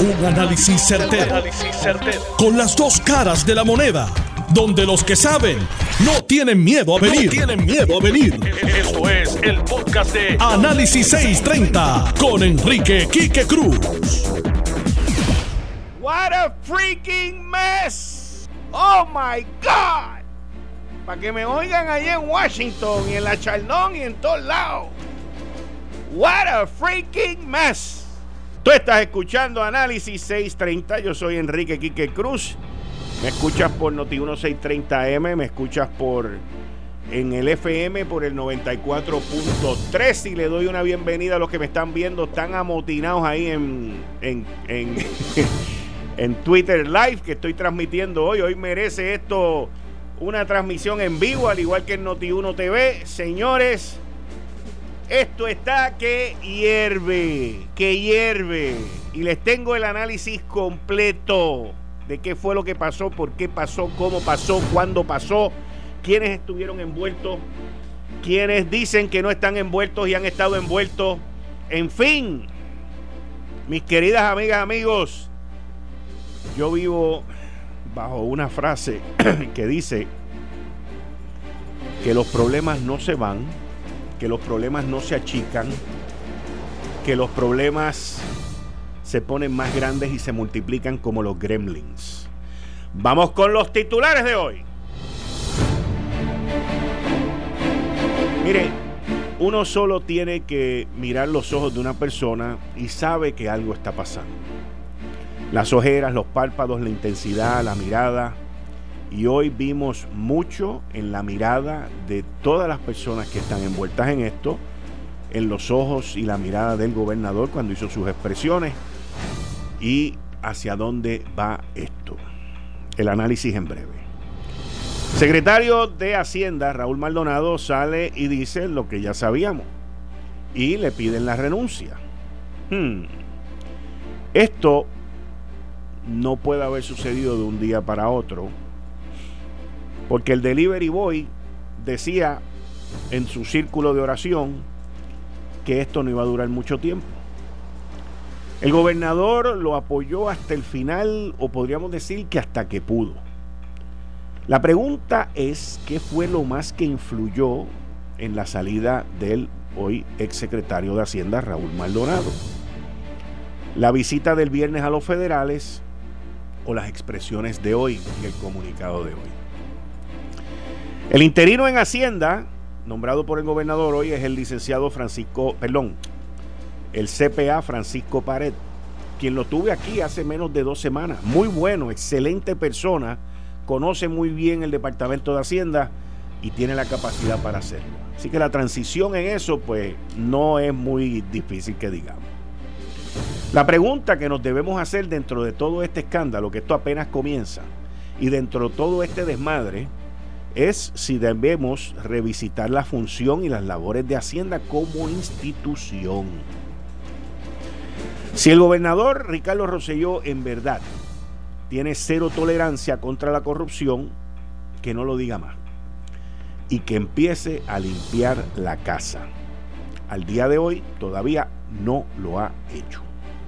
Un análisis certero, con las dos caras de la moneda, donde los que saben no tienen miedo a venir. Esto es el podcast de Análisis 630 con Enrique Quique Cruz. What a freaking mess! Oh my God! Para que me oigan allá en Washington y en la Charlón y en todos lados. What a freaking mess! Tú estás escuchando Análisis 630. Yo soy Enrique Quique Cruz. Me escuchas por Noti1 630M, me escuchas en el FM por el 94.3 y le doy una bienvenida a los que me están viendo. Están amotinados ahí en Twitter Live que estoy transmitiendo hoy. Hoy merece esto una transmisión en vivo, al igual que en Noti1 TV. Señores, esto está que hierve. Y les tengo el análisis completo de qué fue lo que pasó, por qué pasó, cómo pasó, cuándo pasó, quiénes estuvieron envueltos, quiénes dicen que no están envueltos y han estado envueltos. En fin, mis queridas amigas, amigos, yo vivo bajo una frase que dice que los problemas no se van, que los problemas no se achican, que los problemas se ponen más grandes y se multiplican como los gremlins. Vamos con los titulares de hoy. Mire, uno solo tiene que mirar los ojos de una persona y sabe que algo está pasando. Las ojeras, los párpados, la intensidad, la mirada. Y hoy vimos mucho en la mirada de todas las personas que están envueltas en esto, en los ojos y la mirada del gobernador cuando hizo sus expresiones. ¿Y hacia dónde va esto? El análisis en breve. Secretario de Hacienda, Raúl Maldonado, sale y dice lo que ya sabíamos. Y le piden la renuncia. Esto no puede haber sucedido de un día para otro, porque el delivery boy decía en su círculo de oración que esto no iba a durar mucho tiempo. El gobernador lo apoyó hasta el final, o podríamos decir que hasta que pudo. La pregunta es, ¿qué fue lo más que influyó en la salida del hoy exsecretario de Hacienda, Raúl Maldonado? ¿La visita del viernes a los federales o las expresiones de hoy y el comunicado de hoy? El interino en Hacienda, nombrado por el gobernador hoy, es el licenciado el CPA Francisco Pared, quien lo tuve aquí hace menos de 2 semanas. Muy bueno, excelente persona, conoce muy bien el Departamento de Hacienda y tiene la capacidad para hacerlo. Así que la transición en eso, pues, no es muy difícil que digamos. La pregunta que nos debemos hacer dentro de todo este escándalo, que esto apenas comienza, y dentro de todo este desmadre, es si debemos revisitar la función y las labores de Hacienda como institución. Si el gobernador Ricardo Rosselló en verdad tiene cero tolerancia contra la corrupción, que no lo diga más y que empiece a limpiar la casa. Al día de hoy todavía no lo ha hecho.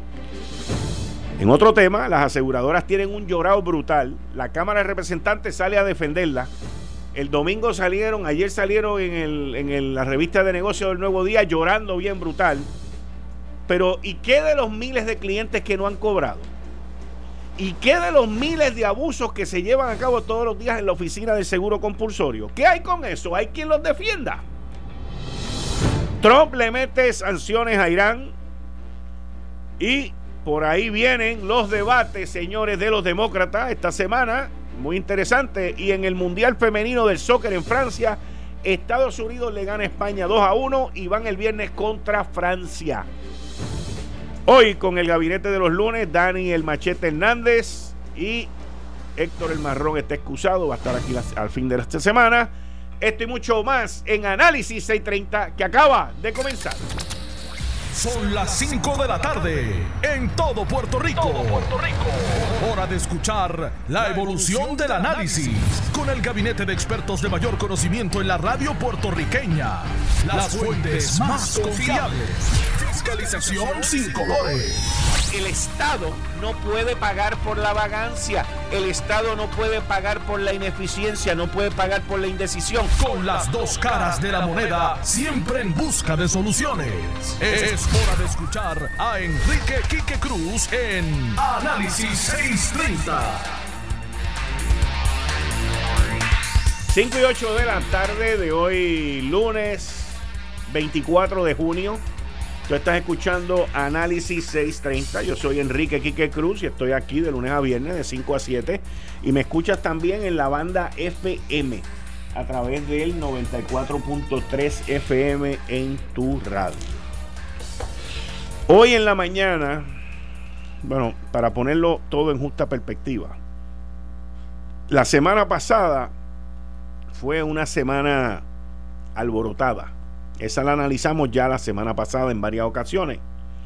En otro tema, las aseguradoras tienen un llorado brutal. La Cámara de Representantes sale a defenderla. El domingo ayer salieron en la revista de negocios del Nuevo Día llorando bien brutal. Pero ¿y qué de los miles de clientes que no han cobrado? ¿Y qué de los miles de abusos que se llevan a cabo todos los días en la oficina del seguro compulsorio? ¿Qué hay con eso? ¿Hay quien los defienda? Trump le mete sanciones a Irán y por ahí vienen los debates, señores, de los demócratas esta semana, muy interesante. Y en el Mundial Femenino del Soccer en Francia, Estados Unidos le gana a España 2-1 y van el viernes contra Francia. Hoy con el gabinete de los lunes, Dani el Machete Hernández y Héctor el Marrón está excusado, va a estar aquí al fin de esta semana. Esto y mucho más en Análisis 630 que acaba de comenzar. Son las 5 de la tarde en todo Puerto Rico. Hora de escuchar la evolución del análisis con el gabinete de expertos de mayor conocimiento en la radio puertorriqueña. Las fuentes más confiables. fiscalización sin colores. El Estado no puede pagar por la vagancia, el Estado no puede pagar por la ineficiencia, no puede pagar por la indecisión. Con las dos caras de la moneda, siempre en busca de soluciones. Es hora de escuchar a Enrique Quique Cruz en Análisis 630. 5 y 8 de la tarde de hoy, lunes 24 de junio. Tú estás escuchando Análisis 630. Yo soy Enrique Quique Cruz y estoy aquí de lunes a viernes de 5 a 7. Y me escuchas también en la banda FM a través del 94.3 FM en tu radio. Hoy en la mañana, bueno, para ponerlo todo en justa perspectiva, la semana pasada fue una semana alborotada. Esa la analizamos ya la semana pasada en varias ocasiones.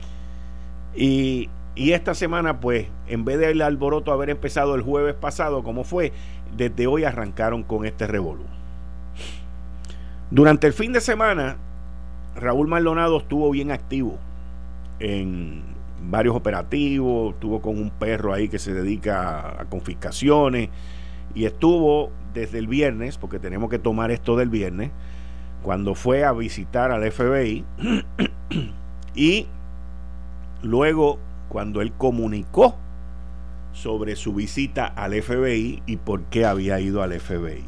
Y esta semana, pues, en vez del alboroto haber empezado el jueves pasado, como fue, desde hoy arrancaron con este revolú. Durante el fin de semana, Raúl Maldonado estuvo bien activo en varios operativos, estuvo con un perro ahí que se dedica a confiscaciones, y estuvo desde el viernes, porque tenemos que tomar esto del viernes, cuando fue a visitar al FBI y luego cuando él comunicó sobre su visita al FBI y por qué había ido al FBI.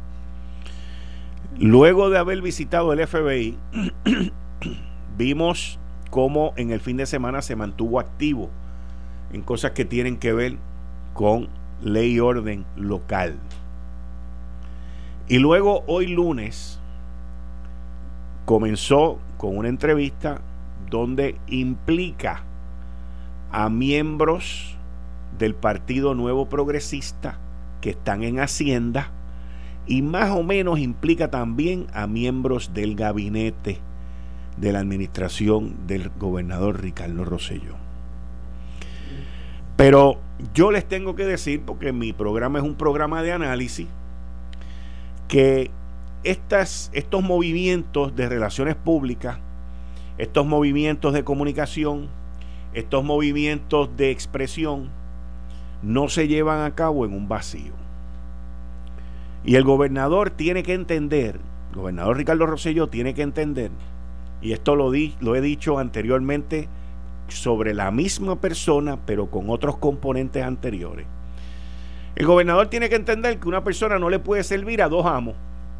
Luego de haber visitado el FBI, vimos cómo en el fin de semana se mantuvo activo en cosas que tienen que ver con ley y orden local. Y luego hoy lunes comenzó con una entrevista donde implica a miembros del Partido Nuevo Progresista que están en Hacienda y más o menos implica también a miembros del gabinete de la administración del gobernador Ricardo Rosselló. Pero yo les tengo que decir, porque mi programa es un programa de análisis, que estos movimientos de relaciones públicas, estos movimientos de comunicación, estos movimientos de expresión no se llevan a cabo en un vacío. Y el gobernador tiene que entender, el gobernador Ricardo Rosselló tiene que entender, y esto lo he dicho anteriormente sobre la misma persona, pero con otros componentes anteriores. El gobernador tiene que entender que una persona no le puede servir a dos amos.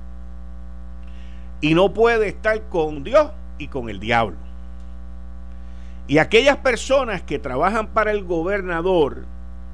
Y no puede estar con Dios y con el diablo. Y aquellas personas que trabajan para el gobernador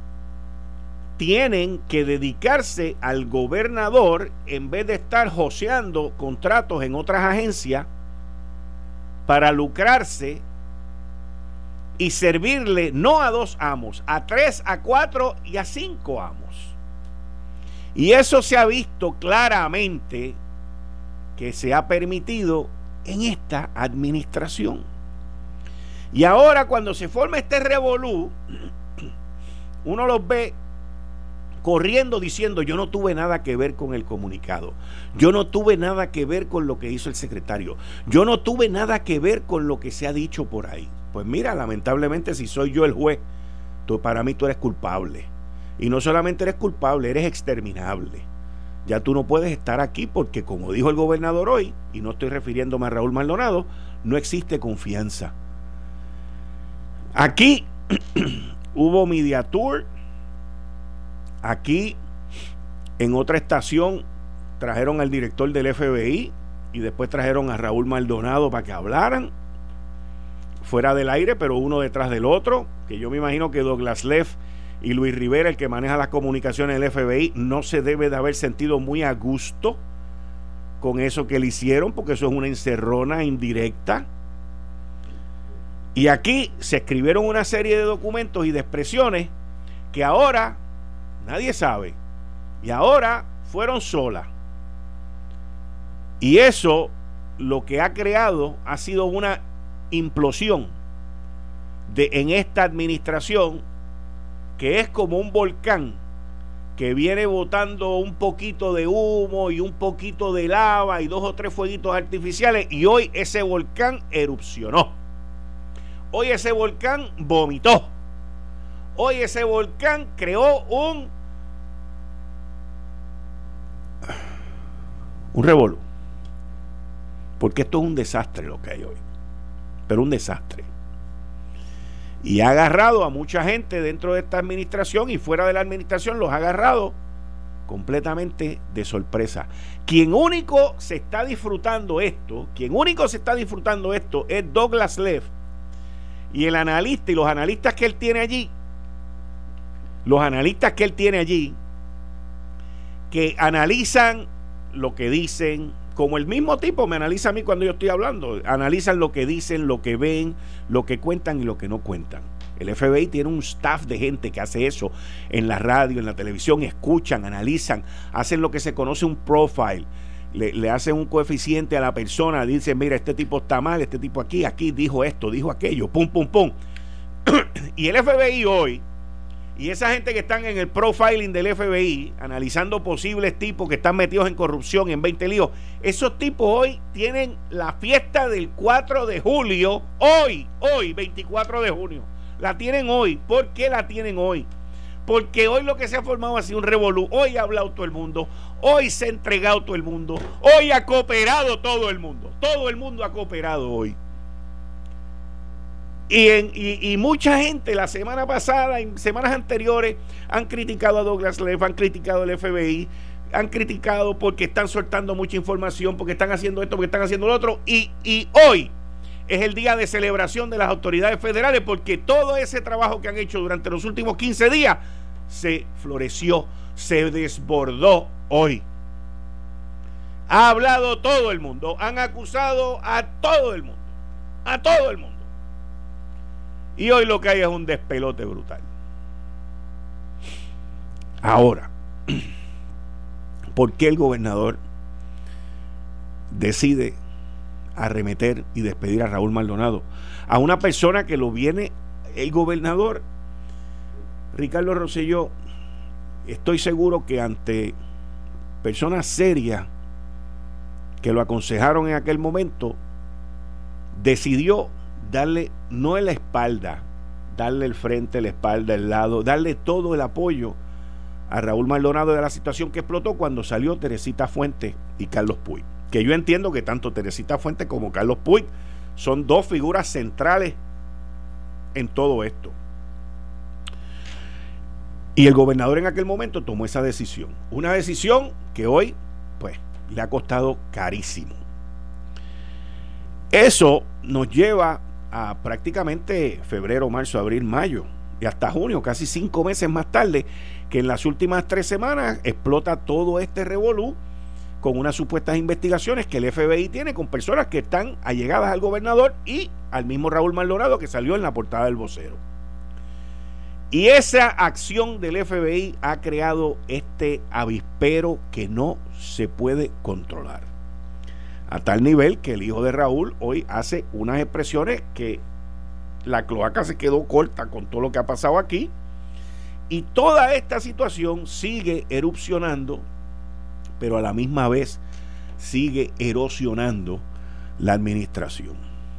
tienen que dedicarse al gobernador en vez de estar joseando contratos en otras agencias para lucrarse y servirle no a dos amos, a 3, a 4 y a 5 amos. Y eso se ha visto claramente que se ha permitido en esta administración. Y ahora cuando se forma este revolú, uno los ve corriendo diciendo: yo no tuve nada que ver con el comunicado, yo no tuve nada que ver con lo que hizo el secretario, yo no tuve nada que ver con lo que se ha dicho por ahí. Pues mira, lamentablemente, si soy yo el juez, para mí tú eres culpable. Y no solamente eres culpable, eres exterminable. Ya tú no puedes estar aquí porque, como dijo el gobernador hoy, y no estoy refiriéndome a Raúl Maldonado, no existe confianza. Aquí hubo media tour. Aquí, en otra estación, trajeron al director del FBI y después trajeron a Raúl Maldonado para que hablaran fuera del aire, pero uno detrás del otro, que yo me imagino que Douglas Leff y Luis Rivera, el que maneja las comunicaciones del FBI, no se debe de haber sentido muy a gusto con eso que le hicieron, porque eso es una encerrona indirecta. Y aquí se escribieron una serie de documentos y de expresiones que ahora nadie sabe, y ahora fueron solas. Y eso lo que ha creado ha sido una implosión en esta administración, que es como un volcán que viene botando un poquito de humo y un poquito de lava y 2 o 3 fueguitos artificiales, y hoy ese volcán erupcionó. hoy ese volcán vomitó. Hoy ese volcán creó un revolú. Porque esto es un desastre lo que hay hoy. Pero un desastre. Y ha agarrado a mucha gente dentro de esta administración y fuera de la administración, los ha agarrado completamente de sorpresa. Quien único se está disfrutando esto es Douglas Leff y el analista y los analistas que él tiene allí, que analizan lo que dicen, como el mismo tipo me analiza a mí cuando yo estoy hablando, analizan lo que dicen, lo que ven, lo que cuentan y lo que no cuentan. El FBI tiene un staff de gente que hace eso en la radio, en la televisión, escuchan, analizan, hacen lo que se conoce un profile, le hacen un coeficiente a la persona, dicen, mira, este tipo está mal, este tipo aquí dijo esto, dijo aquello, pum, pum, pum. Y el FBI hoy, y esa gente que están en el profiling del FBI, analizando posibles tipos que están metidos en corrupción, en 20 líos, esos tipos hoy tienen la fiesta del 4 de julio, hoy, 24 de junio. La tienen hoy. ¿Por qué la tienen hoy? Porque hoy lo que se ha formado ha sido un revolú. Hoy ha hablado todo el mundo. Hoy se ha entregado todo el mundo. Hoy ha cooperado todo el mundo. Todo el mundo ha cooperado hoy. Y mucha gente la semana pasada, en semanas anteriores, han criticado a Douglas Leff, han criticado al FBI, han criticado porque están soltando mucha información, porque están haciendo esto, porque están haciendo lo otro. Y hoy es el día de celebración de las autoridades federales porque todo ese trabajo que han hecho durante los últimos 15 días se floreció, se desbordó hoy. Ha hablado todo el mundo, han acusado a todo el mundo, y hoy lo que hay es un despelote brutal. Ahora, ¿por qué el gobernador decide arremeter y despedir a Raúl Maldonado? A una persona que lo viene el gobernador Ricardo Rosselló, estoy seguro que ante personas serias que lo aconsejaron en aquel momento, decidió darle no en la espalda, darle el frente, la espalda, el lado, darle todo el apoyo a Raúl Maldonado de la situación que explotó cuando salió Teresita Fuentes y Carlos Puig. Que yo entiendo que tanto Teresita Fuentes como Carlos Puig son dos figuras centrales en todo esto. Y el gobernador en aquel momento tomó esa decisión. Una decisión que hoy, pues, le ha costado carísimo. Eso nos lleva a prácticamente febrero, marzo, abril, mayo y hasta junio, casi 5 meses más tarde, que en las últimas 3 semanas explota todo este revolú con unas supuestas investigaciones que el FBI tiene con personas que están allegadas al gobernador y al mismo Raúl Maldonado, que salió en la portada del Vocero. Y esa acción del FBI ha creado este avispero que no se puede controlar, a tal nivel que el hijo de Raúl hoy hace unas expresiones que la cloaca se quedó corta con todo lo que ha pasado aquí, y toda esta situación sigue erupcionando, pero a la misma vez sigue erosionando la administración.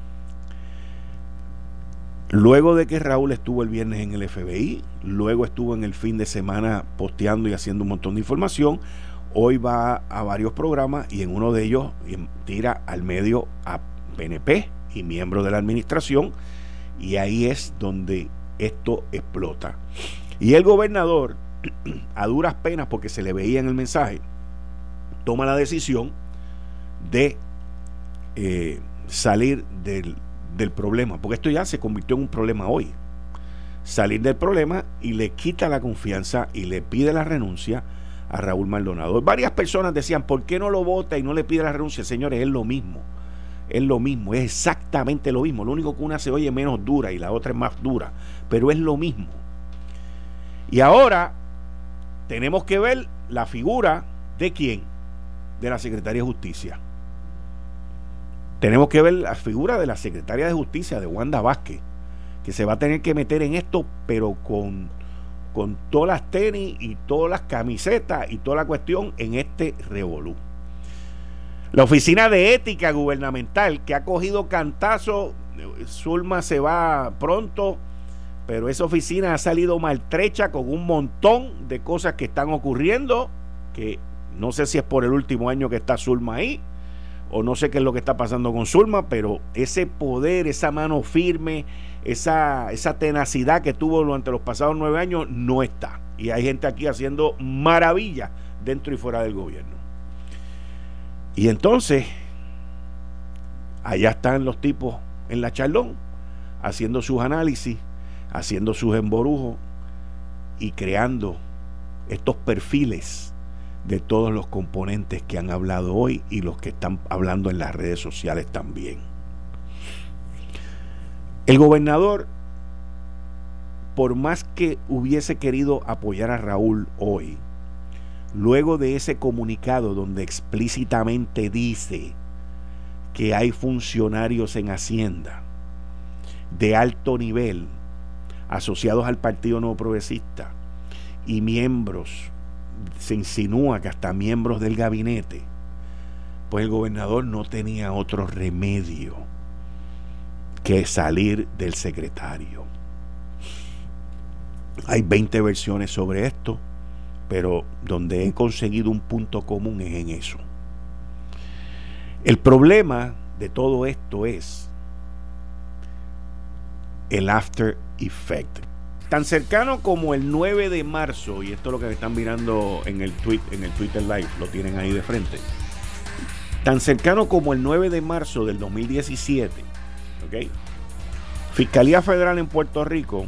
Luego de que Raúl estuvo el viernes en el FBI, luego estuvo en el fin de semana posteando y haciendo un montón de información, hoy va a varios programas y en uno de ellos tira al medio a PNP y miembros de la administración, y ahí es donde esto explota. Y el gobernador, a duras penas, porque se le veía en el mensaje, toma la decisión de salir del problema, porque esto ya se convirtió en un problema hoy. Salir del problema, y le quita la confianza y le pide la renuncia a Raúl Maldonado. Varias personas decían, ¿por qué no lo vota y no le pide la renuncia? Señores, es lo mismo, es exactamente lo mismo. Lo único que una se oye menos dura y la otra es más dura, pero es lo mismo. Y ahora tenemos que ver la figura de ¿quién? De la Secretaría de Justicia. Tenemos que ver la figura de la Secretaria de Justicia, de Wanda Vázquez, que se va a tener que meter en esto, pero con todas las tenis y todas las camisetas y toda la cuestión en este revolú. La Oficina de Ética Gubernamental, que ha cogido cantazo Zulma se va pronto, pero esa oficina ha salido maltrecha con un montón de cosas que están ocurriendo, que no sé si es por el último año que está Zulma ahí, o no sé qué es lo que está pasando con Zulma, pero ese poder, esa mano firme, esa tenacidad que tuvo durante los pasados 9 años no está. Y hay gente aquí haciendo maravillas dentro y fuera del gobierno. Y entonces, allá están los tipos en la Charlón, haciendo sus análisis, haciendo sus emborujos y creando estos perfiles de todos los componentes que han hablado hoy y los que están hablando en las redes sociales también. El gobernador, por más que hubiese querido apoyar a Raúl hoy, luego de ese comunicado donde explícitamente dice que hay funcionarios en Hacienda de alto nivel asociados al Partido Nuevo Progresista y miembros, se insinúa que hasta miembros del gabinete, pues el gobernador no tenía otro remedio que salir del secretario. Hay 20 versiones sobre esto, pero donde he conseguido un punto común es en eso. El problema de todo esto es el after effect. Tan cercano como el 9 de marzo, y esto es lo que me están mirando en el Twitter Live, lo tienen ahí de frente. Tan cercano como el 9 de marzo del 2017, ¿ok? Fiscalía Federal en Puerto Rico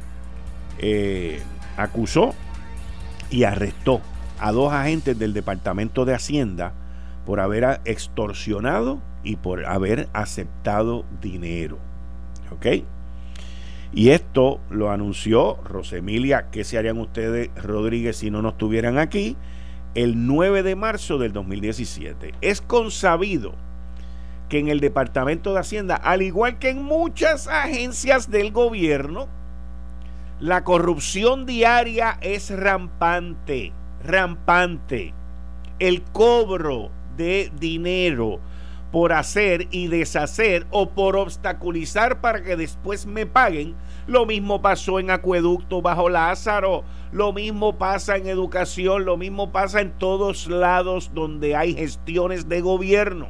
acusó y arrestó a 2 agentes del Departamento de Hacienda por haber extorsionado y por haber aceptado dinero, ¿ok? Y esto lo anunció Rosemilia, ¿qué se harían ustedes, Rodríguez, si no nos tuvieran aquí? El 9 de marzo del 2017. Es consabido que en el Departamento de Hacienda, al igual que en muchas agencias del gobierno, la corrupción diaria es rampante, rampante. El cobro de dinero por hacer y deshacer o por obstaculizar para que después me paguen. Lo mismo pasó en Acueducto bajo Lázaro, lo mismo pasa en educación, lo mismo pasa en todos lados donde hay gestiones de gobierno.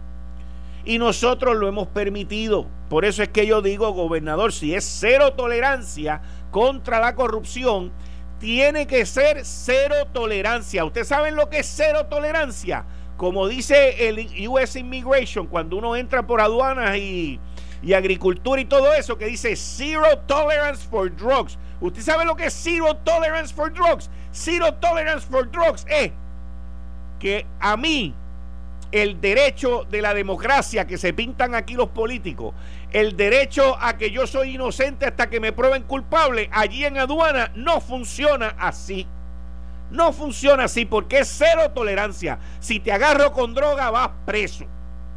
Y nosotros lo hemos permitido. Por eso es que yo digo, gobernador, si es cero tolerancia contra la corrupción, tiene que ser cero tolerancia. ¿Ustedes saben lo que es cero tolerancia? Como dice el US Immigration, cuando uno entra por aduanas y agricultura y todo eso, que dice Zero Tolerance for Drugs. ¿Usted sabe lo que es Zero Tolerance for Drugs? Zero Tolerance for Drugs es que a mí el derecho de la democracia que se pintan aquí los políticos, el derecho a que yo soy inocente hasta que me prueben culpable, allí en aduana no funciona así. No funciona así porque es cero tolerancia. Si te agarro con droga, vas preso.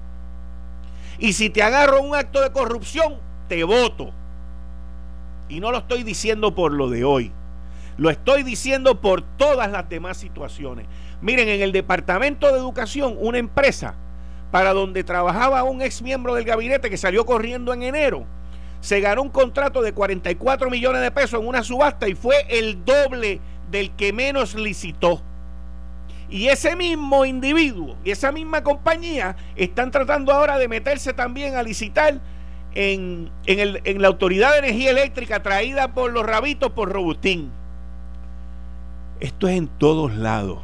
Y si te agarro un acto de corrupción, te voto. Y no lo estoy diciendo por lo de hoy. Lo estoy diciendo por todas las demás situaciones. Miren, en el Departamento de Educación, una empresa para donde trabajaba un ex miembro del gabinete que salió corriendo en enero, se ganó un contrato de 44 millones de pesos en una subasta y fue el doble del que menos licitó. Y ese mismo individuo y esa misma compañía están tratando ahora de meterse también a licitar en la Autoridad de Energía Eléctrica traída por los rabitos por Robustín. Esto es en todos lados.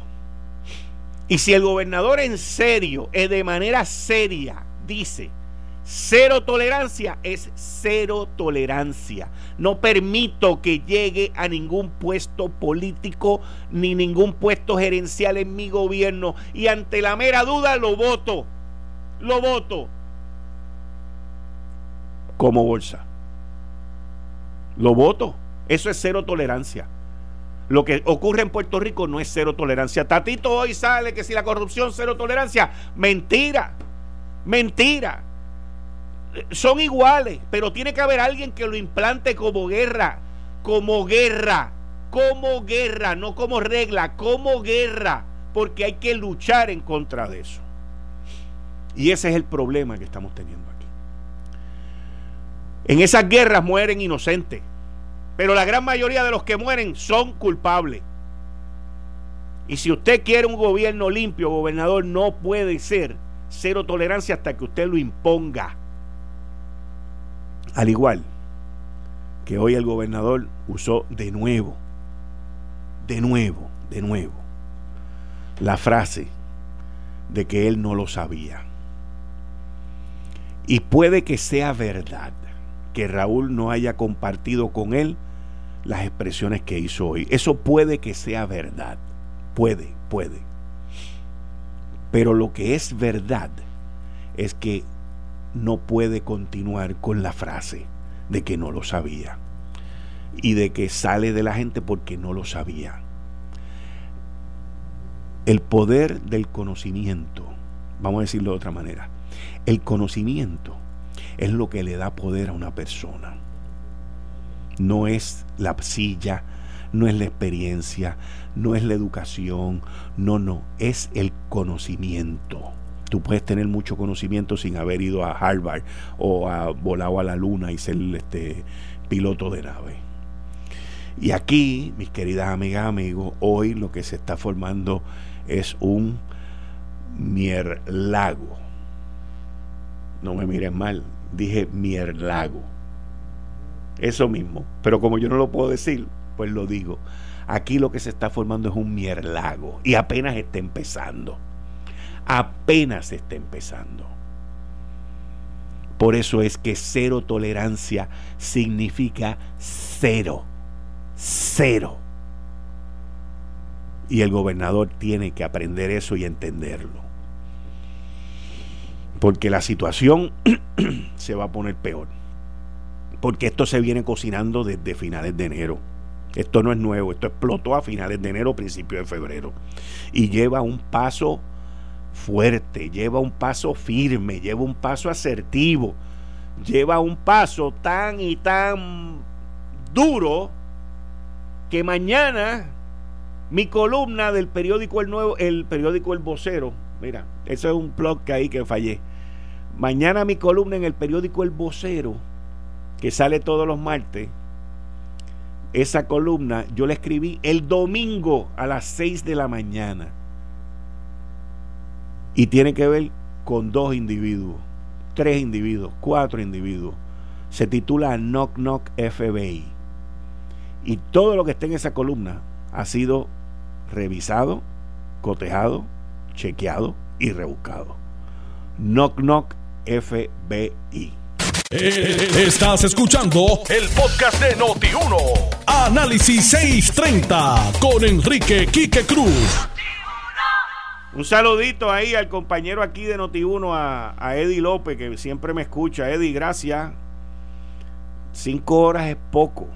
Y si el gobernador en serio, de manera seria, dice cero tolerancia, es cero tolerancia. No permito que llegue a ningún puesto político ni ningún puesto gerencial en mi gobierno. Y ante la mera duda lo voto. Lo voto. Como bolsa. Lo voto. Eso es cero tolerancia. Lo que ocurre en Puerto Rico no es cero tolerancia. Tatito hoy sale que si la corrupción cero tolerancia. Mentira. Mentira. Son iguales, pero tiene que haber alguien que lo implante como guerra, como guerra, no como regla, como guerra, porque hay que luchar en contra de eso. Y ese es el problema que estamos teniendo aquí. En esas guerras mueren inocentes, pero la gran mayoría de los que mueren son culpables. Y si usted quiere un gobierno limpio, gobernador, no puede ser cero tolerancia hasta que usted lo imponga. Al igual que hoy el gobernador usó de nuevo la frase de que él no lo sabía. Y puede que sea verdad que Raúl no haya compartido con él las expresiones que hizo hoy. Eso puede que sea verdad. Puede. Pero lo que es verdad es que no puede continuar con la frase de que no lo sabía y de que sale de la gente porque no lo sabía. El poder del conocimiento, vamos a decirlo de otra manera, el conocimiento es lo que le da poder a una persona. No es la silla, no es la experiencia, no es la educación, no, es el conocimiento. Tú puedes tener mucho conocimiento sin haber ido a Harvard o a volado a la luna y ser piloto de nave. Y aquí, mis queridas amigas, amigos, hoy lo que se está formando es un mierlago. No me miren mal, dije mierlago. Eso mismo, pero como yo no lo puedo decir, pues lo digo. Aquí lo que se está formando es un mierlago y apenas está empezando. Por eso es que cero tolerancia significa cero. Y el gobernador tiene que aprender eso y entenderlo, porque la situación se va a poner peor, porque esto se viene cocinando desde finales de enero. Esto no es nuevo, esto explotó a finales de enero, principios de febrero, y lleva un paso fuerte, lleva un paso firme, lleva un paso asertivo, lleva un paso tan y tan duro que mañana mi columna del periódico el periódico El Vocero, mira, eso es un plug que ahí que fallé. Mañana mi columna en el periódico El Vocero, que sale todos los martes, esa columna yo la escribí el domingo a las 6 de la mañana. Y tiene que ver con 2 individuos, 3 individuos, 4 individuos. Se titula Knock Knock FBI. Y todo lo que está en esa columna ha sido revisado, cotejado, chequeado y rebuscado. Knock Knock FBI. Estás escuchando el podcast de Noti1. Análisis 630 con Enrique Quique Cruz. Un saludito ahí al compañero aquí de Noti1, a Eddie López, que siempre me escucha. Eddie, gracias. 5 horas es poco.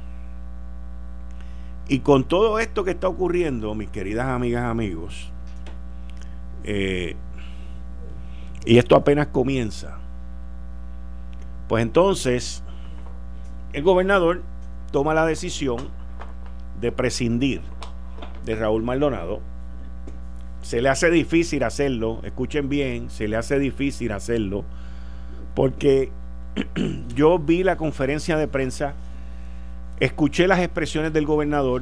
Y con todo esto que está ocurriendo, mis queridas amigas, amigos, y esto apenas comienza, pues entonces el gobernador toma la decisión de prescindir de Raúl Maldonado. Se le hace difícil hacerlo, escuchen bien, se le hace difícil hacerlo, porque yo vi la conferencia de prensa, escuché las expresiones del gobernador,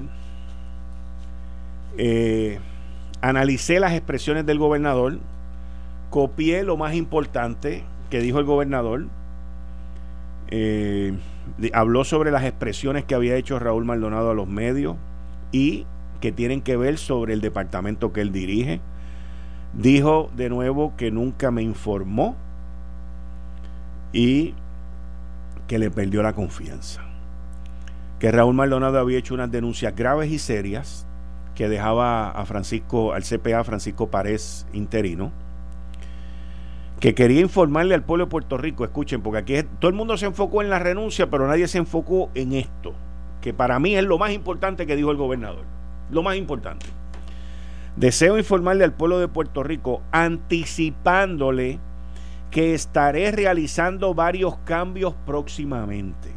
analicé las expresiones del gobernador, copié lo más importante que dijo el gobernador, habló sobre las expresiones que había hecho Raúl Maldonado a los medios y que tienen que ver sobre el departamento que él dirige. Dijo de nuevo que nunca me informó y que le perdió la confianza, que Raúl Maldonado había hecho unas denuncias graves y serias que dejaba al CPA Francisco Párez interino, que quería informarle al pueblo de Puerto Rico. Escuchen, porque aquí todo el mundo se enfocó en la renuncia, pero nadie se enfocó en esto, que para mí es lo más importante que dijo el gobernador. Lo más importante: deseo informarle al pueblo de Puerto Rico, anticipándole que estaré realizando varios cambios próximamente.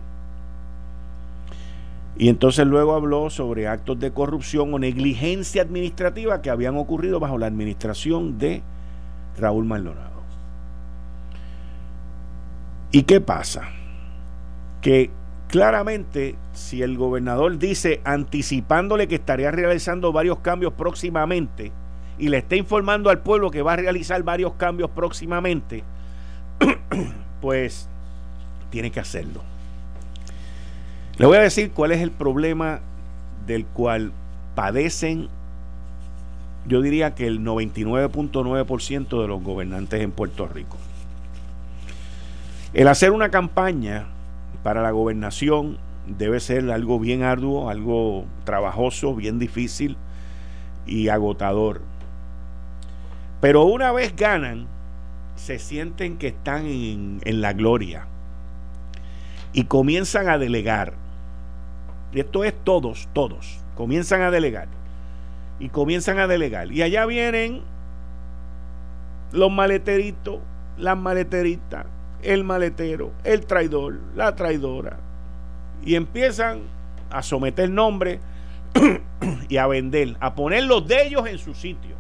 Y entonces luego habló sobre actos de corrupción o negligencia administrativa que habían ocurrido bajo la administración de Raúl Maldonado. ¿Y qué pasa? que claramente, si el gobernador dice, anticipándole que estaría realizando varios cambios próximamente, y le está informando al pueblo que va a realizar varios cambios próximamente, pues tiene que hacerlo. Le voy a decir cuál es el problema del cual padecen, yo diría que el 99.9% de los gobernantes en Puerto Rico. El hacer una campaña para la gobernación debe ser algo bien arduo, algo trabajoso, bien difícil y agotador. Pero una vez ganan, se sienten que están en la gloria y comienzan a delegar. Y esto es todos comienzan a delegar y comienzan a delegar. Y allá vienen los maleteritos, las maleteritas, el maletero, el traidor, la traidora, y empiezan a someter nombres y a vender, a poner los de ellos en su sitio.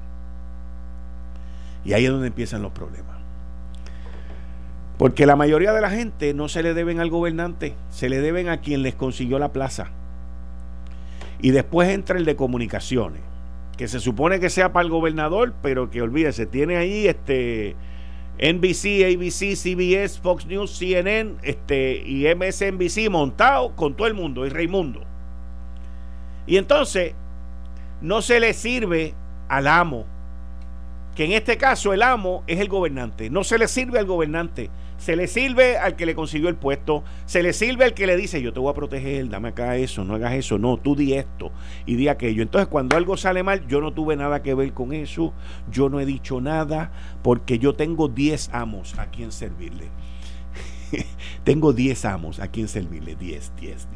Y ahí es donde empiezan los problemas. Porque la mayoría de la gente no se le deben al gobernante, se le deben a quien les consiguió la plaza. Y después entra el de comunicaciones, que se supone que sea para el gobernador, pero que olvídese, tiene ahí NBC, ABC, CBS, Fox News, CNN y MSNBC montado con todo el mundo y Raimundo. Y entonces no se le sirve al amo, que en este caso el amo es el gobernante. No se le sirve al gobernante, se le sirve al que le consiguió el puesto, se le sirve al que le dice, yo te voy a proteger, dame acá eso, no hagas eso, no, tú di esto y di aquello. Entonces cuando algo sale mal, yo no tuve nada que ver con eso, yo no he dicho nada, porque yo tengo 10 amos a quien servirle. Tengo 10 amos a quien servirle, 10.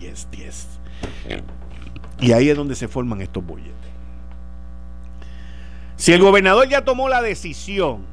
Y ahí es donde se forman estos bolletes. Si el gobernador ya tomó la decisión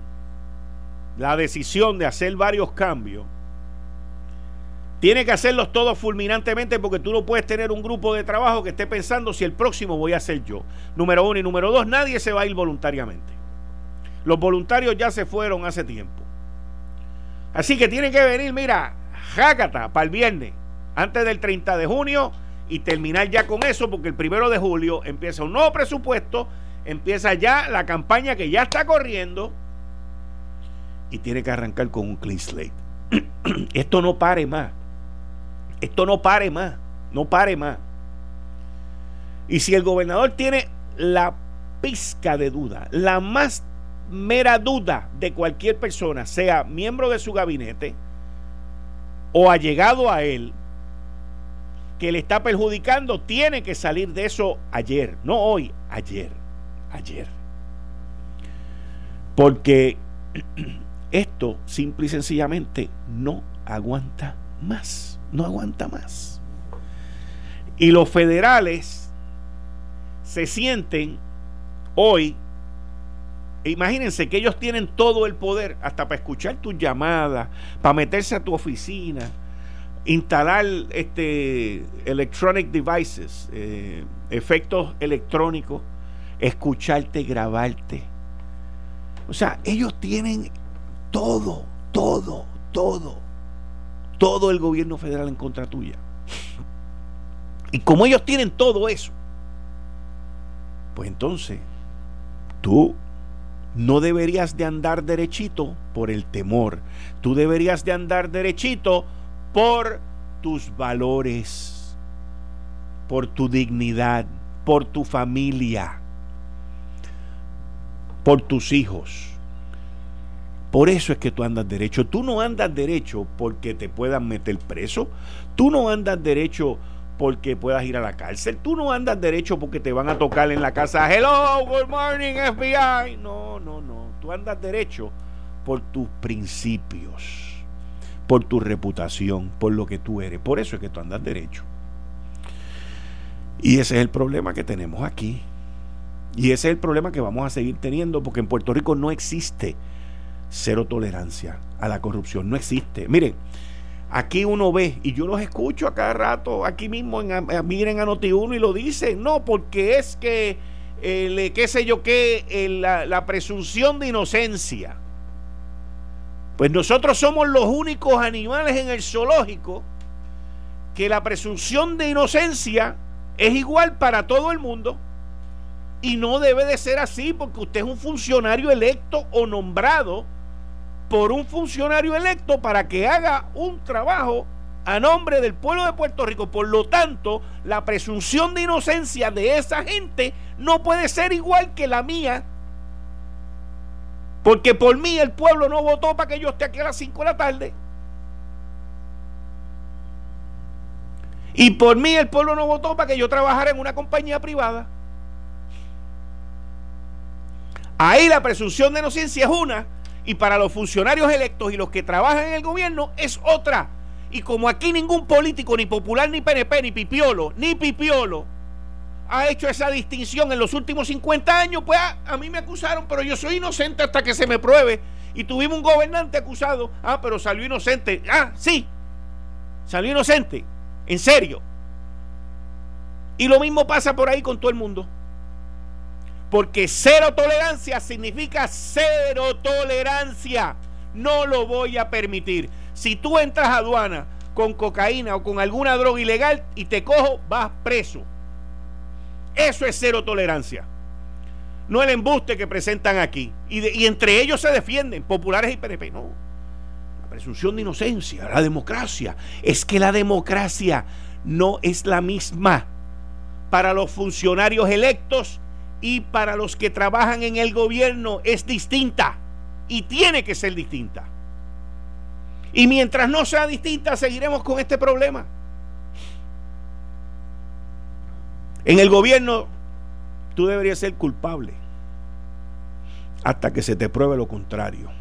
de hacer varios cambios, tiene que hacerlos todos fulminantemente, porque tú no puedes tener un grupo de trabajo que esté pensando si el próximo voy a ser yo. Número 1, y número 2, nadie se va a ir voluntariamente. Los voluntarios ya se fueron hace tiempo. Así que tiene que venir, mira, jácata para el viernes, antes del 30 de junio, y terminar ya con eso, porque el 1 de julio empieza un nuevo presupuesto, empieza ya la campaña que ya está corriendo, y tiene que arrancar con un clean slate. Esto no pare más. No pare más. Y si el gobernador tiene la pizca de duda, la más mera duda de cualquier persona, sea miembro de su gabinete o allegado a él, que le está perjudicando, tiene que salir de eso ayer, no hoy, ayer. Porque esto simple y sencillamente no aguanta más. Y los federales se sienten hoy, imagínense que ellos tienen todo el poder, hasta para escuchar tus llamadas, para meterse a tu oficina, instalar electronic devices, efectos electrónicos, escucharte, grabarte. O sea, ellos tienen todo el gobierno federal en contra tuya. Y como ellos tienen todo eso, pues entonces tú no deberías de andar derechito por el temor. Tú deberías de andar derechito por tus valores, por tu dignidad, por tu familia, por tus hijos. Por eso es que tú andas derecho. Tú no andas derecho porque te puedan meter preso. Tú no andas derecho porque puedas ir a la cárcel. Tú no andas derecho porque te van a tocar en la casa. Hello, good morning, FBI. No. Tú andas derecho por tus principios, por tu reputación, por lo que tú eres. Por eso es que tú andas derecho. Y ese es el problema que tenemos aquí. Y ese es el problema que vamos a seguir teniendo, porque en Puerto Rico no existe cero tolerancia a la corrupción. No existe. Miren, aquí uno ve, y yo los escucho a cada rato, aquí mismo miren a Noti1 y lo dicen, no, porque es que qué sé yo qué, la presunción de inocencia. Pues nosotros somos los únicos animales en el zoológico que no tenemos presunción de inocencia. Nosotros somos los únicos animales en el zoológico que no tenemos presunción de inocencia. Nosotros somos los únicos animales en el zoológico que no tenemos presunción de inocencia. Nosotros somos los únicos animales en el zoológico que no tenemos presunción de inocencia. que la presunción de inocencia es igual para todo el mundo, y no debe de ser así, porque usted es un funcionario electo o nombrado por un funcionario electo para que haga un trabajo a nombre del pueblo de Puerto Rico. Por lo tanto, la presunción de inocencia de esa gente no puede ser igual que la mía, porque por mí el pueblo no votó para que yo esté aquí a las 5 de la tarde, y por mí el pueblo no votó para que yo trabajara en una compañía privada. Ahí la presunción de inocencia es una, y para los funcionarios electos y los que trabajan en el gobierno es otra. Y como aquí ningún político, ni popular, ni PNP, ni pipiolo ha hecho esa distinción en los últimos 50 años, pues a mí me acusaron, pero yo soy inocente hasta que se me pruebe. Y tuvimos un gobernante acusado, pero salió inocente. Sí, salió inocente, en serio. Y lo mismo pasa por ahí con todo el mundo, porque cero tolerancia significa cero tolerancia. No lo voy a permitir. Si tú entras a aduana con cocaína o con alguna droga ilegal y te cojo, vas preso. Eso es cero tolerancia. No el embuste que presentan aquí. Y entre ellos se defienden, populares y PNP. No, la presunción de inocencia, la democracia. Es que la democracia no es la misma para los funcionarios electos y para los que trabajan en el gobierno. Es distinta y tiene que ser distinta. Y mientras no sea distinta, seguiremos con este problema. En el gobierno, tú deberías ser culpable hasta que se te pruebe lo contrario,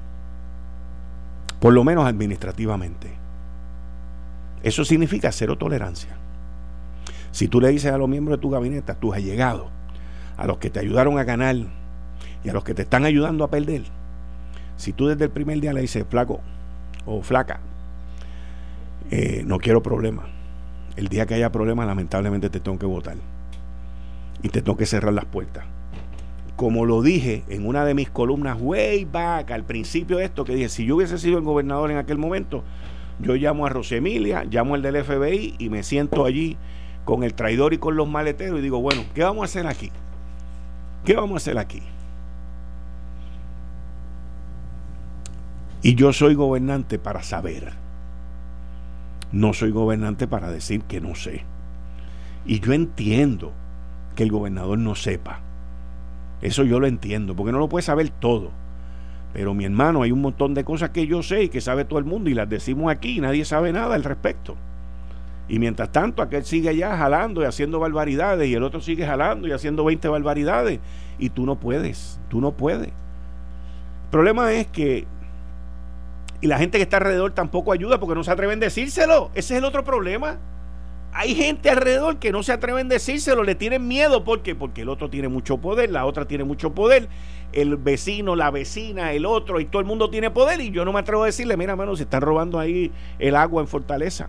por lo menos administrativamente. Eso significa cero tolerancia. Si tú le dices a los miembros de tu gabinete, a tus allegados, a los que te ayudaron a ganar y a los que te están ayudando a perder, si tú desde el primer día le dices, flaco o flaca, no quiero problemas, el día que haya problemas lamentablemente te tengo que votar y te tengo que cerrar las puertas, como lo dije en una de mis columnas way back al principio de esto, que dije, si yo hubiese sido el gobernador en aquel momento, yo llamo a Rosemilia, llamo al del FBI y me siento allí con el traidor y con los maleteros y digo, bueno, ¿qué vamos a hacer aquí? ¿Qué vamos a hacer aquí? Y yo soy gobernante para saber. No soy gobernante para decir que no sé. Y yo entiendo que el gobernador no sepa. Eso yo lo entiendo, porque no lo puede saber todo. Pero mi hermano, hay un montón de cosas que yo sé y que sabe todo el mundo y las decimos aquí y nadie sabe nada al respecto. Y mientras tanto, aquel sigue allá jalando y haciendo barbaridades y el otro sigue jalando y haciendo 20 barbaridades. Y tú no puedes, tú no puedes. El problema es que y la gente que está alrededor tampoco ayuda porque no se atreven a decírselo. Ese es el otro problema. Hay gente alrededor que no se atreven a decírselo, le tienen miedo. ¿Por qué? Porque el otro tiene mucho poder, la otra tiene mucho poder, el vecino, la vecina, el otro, y todo el mundo tiene poder. Y yo no me atrevo a decirle, mira, mano, se están robando ahí el agua en Fortaleza.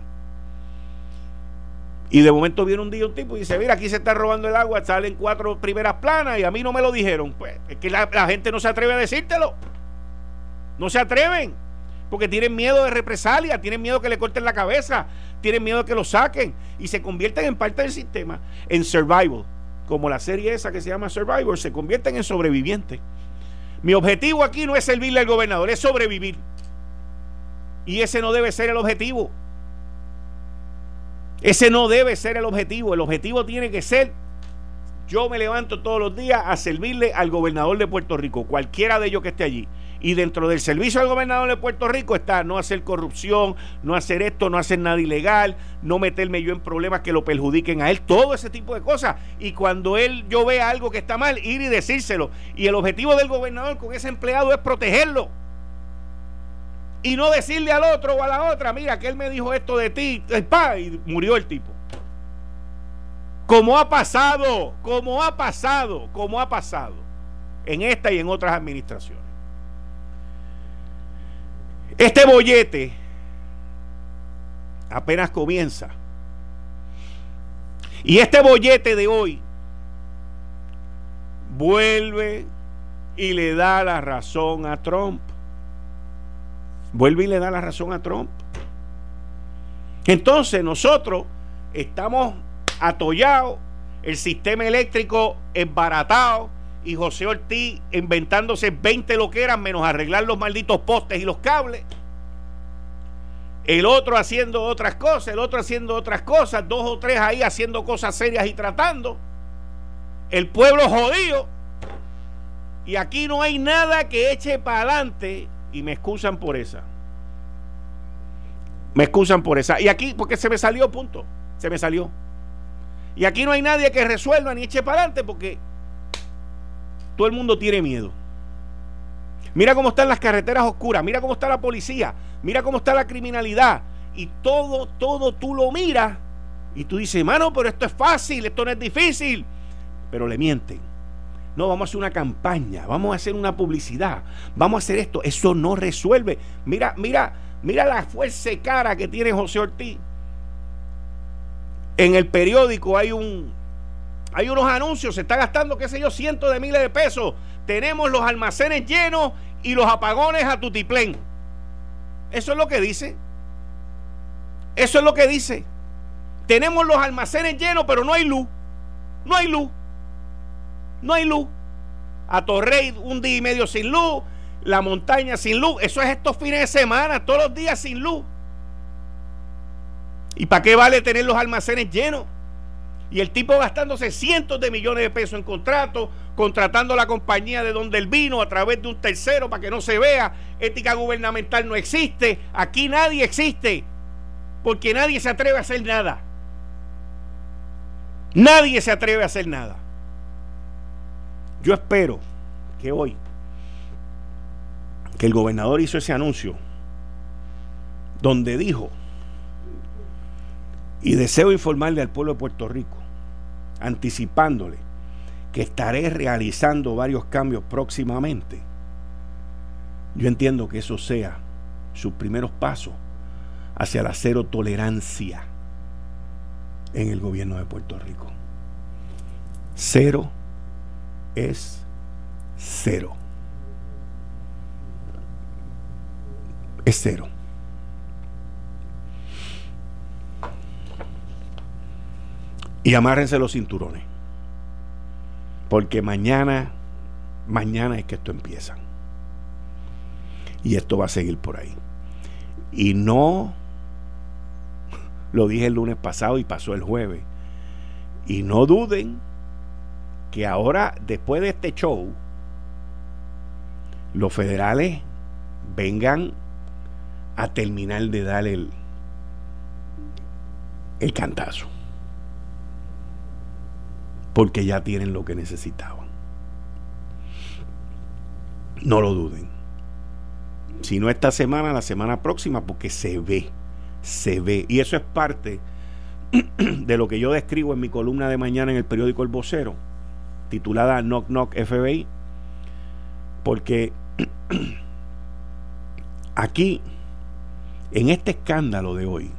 Y de momento viene un día un tipo y dice, mira, aquí se está robando el agua, salen 4 primeras planas y a mí no me lo dijeron. Pues es que la gente no se atreve a decírtelo. No se atreven. Porque tienen miedo de represalia, tienen miedo que le corten la cabeza, tienen miedo de que lo saquen y se convierten en parte del sistema, en survival, como la serie esa que se llama Survivor, se convierten en sobrevivientes. Mi objetivo aquí no es servirle al gobernador, es sobrevivir. Y ese no debe ser el objetivo. Ese no debe ser el objetivo. El objetivo tiene que ser, yo me levanto todos los días a servirle al gobernador de Puerto Rico, cualquiera de ellos que esté allí. Y dentro del servicio al gobernador de Puerto Rico está no hacer corrupción, no hacer esto, no hacer nada ilegal, no meterme yo en problemas que lo perjudiquen a él, todo ese tipo de cosas. Y cuando yo vea algo que está mal, ir y decírselo. Y el objetivo del gobernador con ese empleado es protegerlo. Y no decirle al otro o a la otra, mira, que él me dijo esto de ti, y murió el tipo. Como ha pasado en esta y en otras administraciones. Este bollete apenas comienza. Y este bollete de hoy vuelve y le da la razón a Trump. Entonces nosotros estamos atollados, el sistema eléctrico esbaratado y José Ortiz inventándose 20 loqueras menos arreglar los malditos postes y los cables. El otro haciendo otras cosas, el otro haciendo otras cosas, 2 o 3 ahí haciendo cosas serias y tratando. El pueblo jodido. Y aquí no hay nada que eche para adelante. Y me excusan por esa. Me excusan por esa. Y aquí, porque se me salió, punto. Se me salió. Y aquí no hay nadie que resuelva ni eche para adelante porque todo el mundo tiene miedo. Mira cómo están las carreteras oscuras, mira cómo está la policía, mira cómo está la criminalidad. Y todo tú lo miras y tú dices, mano, pero esto es fácil, esto no es difícil. Pero le mienten. No, vamos a hacer una campaña, vamos a hacer una publicidad, vamos a hacer esto. Eso no resuelve. Mira la fuerza de cara que tiene José Ortiz. En el periódico hay unos anuncios, se está gastando, qué sé yo, cientos de miles de pesos. Tenemos los almacenes llenos y los apagones a tutiplén. Eso es lo que dice. Eso es lo que dice. Tenemos los almacenes llenos, pero no hay luz. No hay luz. No hay luz. A Torrey 1 día y medio sin luz. La montaña sin luz. Eso es estos fines de semana, todos los días sin luz. ¿Y para qué vale tener los almacenes llenos? Y el tipo gastándose cientos de millones de pesos en contratos, contratando a la compañía de donde él vino a través de un tercero para que no se vea. Ética gubernamental no existe. Aquí nadie existe. Porque nadie se atreve a hacer nada. Nadie se atreve a hacer nada. Yo espero que hoy, que el gobernador hizo ese anuncio, donde dijo, y deseo informarle al pueblo de Puerto Rico, anticipándole que estaré realizando varios cambios próximamente. Yo entiendo que eso sea sus primeros pasos hacia la cero tolerancia en el gobierno de Puerto Rico. Cero es cero. Es cero. Y amárrense los cinturones. Porque mañana es que esto empieza. Y esto va a seguir por ahí. Y no, lo dije el lunes pasado y pasó el jueves. Y no duden que ahora, después de este show, los federales vengan a terminar de dar el cantazo. Porque ya tienen lo que necesitaban. No lo duden. Si no esta semana, la semana próxima, porque se ve. Y eso es parte de lo que yo describo en mi columna de mañana en el periódico El Vocero, titulada Knock Knock FBI. Porque aquí, en este escándalo de hoy,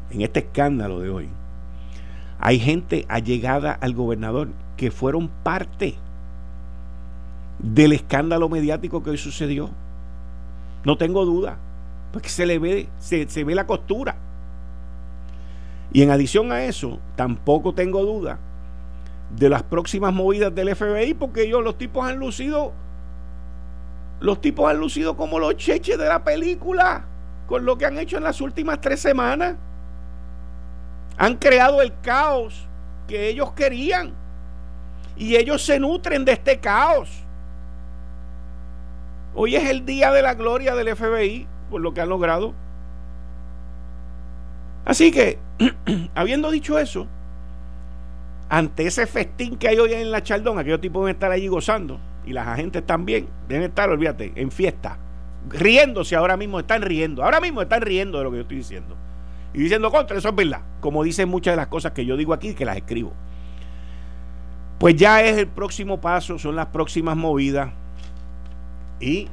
hay gente allegada al gobernador que fueron parte del escándalo mediático que hoy sucedió. No tengo duda, porque se ve la costura. Y en adición a eso, tampoco tengo duda de las próximas movidas del FBI, porque los tipos han lucido como los cheches de la película, con lo que han hecho en las últimas 3 semanas. Han creado el caos que ellos querían. Y ellos se nutren de este caos. Hoy es el día de la gloria del FBI por lo que han logrado. Así que, habiendo dicho eso, ante ese festín que hay hoy en la Chaldón, aquellos tipos deben estar allí gozando, y las agentes también deben estar, olvídate, en fiesta, riéndose. Ahora mismo están riendo de lo que yo estoy diciendo y diciendo contra, eso es verdad, como dicen muchas de las cosas que yo digo aquí, que las escribo. Pues ya es el próximo paso, son las próximas movidas, y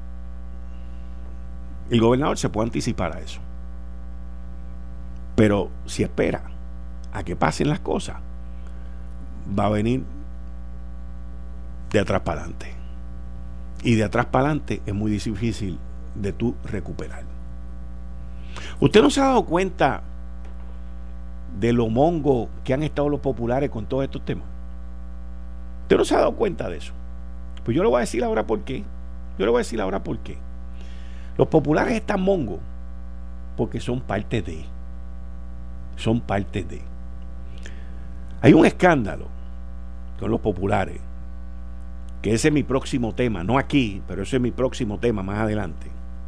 el gobernador se puede anticipar a eso. Pero si espera a que pasen las cosas, va a venir de atrás para adelante. Y de atrás para adelante es muy difícil de tú recuperar. ¿Usted no se ha dado cuenta de lo mongo que han estado los populares con todos estos temas? ¿Usted no se ha dado cuenta de eso? Pues yo le voy a decir ahora por qué. Los populares están mongos porque son parte de. Hay un escándalo con los populares, que ese es mi próximo tema, no aquí, pero ese es mi próximo tema más adelante,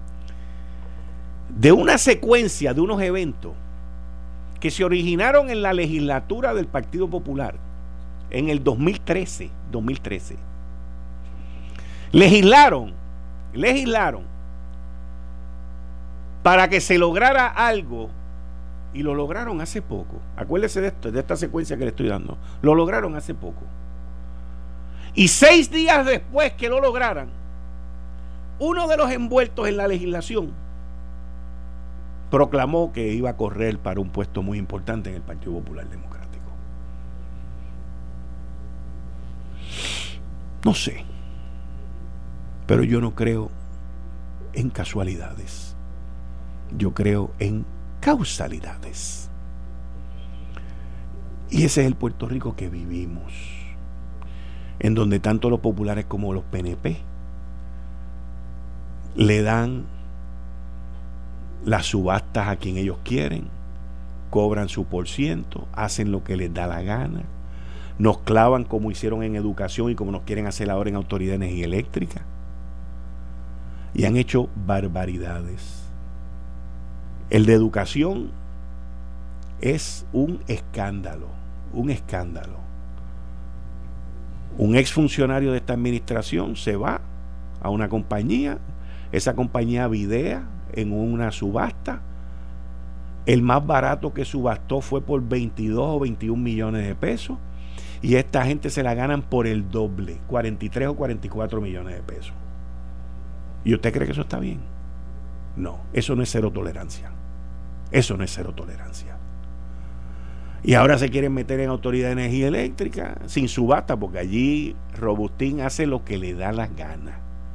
de una secuencia de unos eventos que se originaron en la legislatura del Partido Popular en el 2013. Legislaron para que se lograra algo, y lo lograron hace poco. Acuérdese de esto, de esta secuencia que le estoy dando. Lo lograron hace poco. Y 6 días después que lo lograran, uno de los envueltos en la legislación proclamó que iba a correr para un puesto muy importante en el Partido Popular Democrático. No sé, pero yo no creo en casualidades. Yo creo en causalidades. Y ese es el Puerto Rico que vivimos, en donde tanto los populares como los PNP le dan las subastas a quien ellos quieren, cobran su %, hacen lo que les da la gana, nos clavan como hicieron en educación y como nos quieren hacer ahora en Autoridad de Energía Eléctrica, y han hecho barbaridades. El de educación es un escándalo. Un exfuncionario de esta administración se va a una compañía, esa compañía videa en una subasta, el más barato que subastó fue por 22 o 21 millones de pesos, y esta gente se la ganan por el doble, 43 o 44 millones de pesos. ¿Y usted cree que eso está bien? No, eso no es cero tolerancia. Y ahora se quieren meter en Autoridad de Energía Eléctrica sin subasta, porque allí Robustín hace lo que le da las ganas.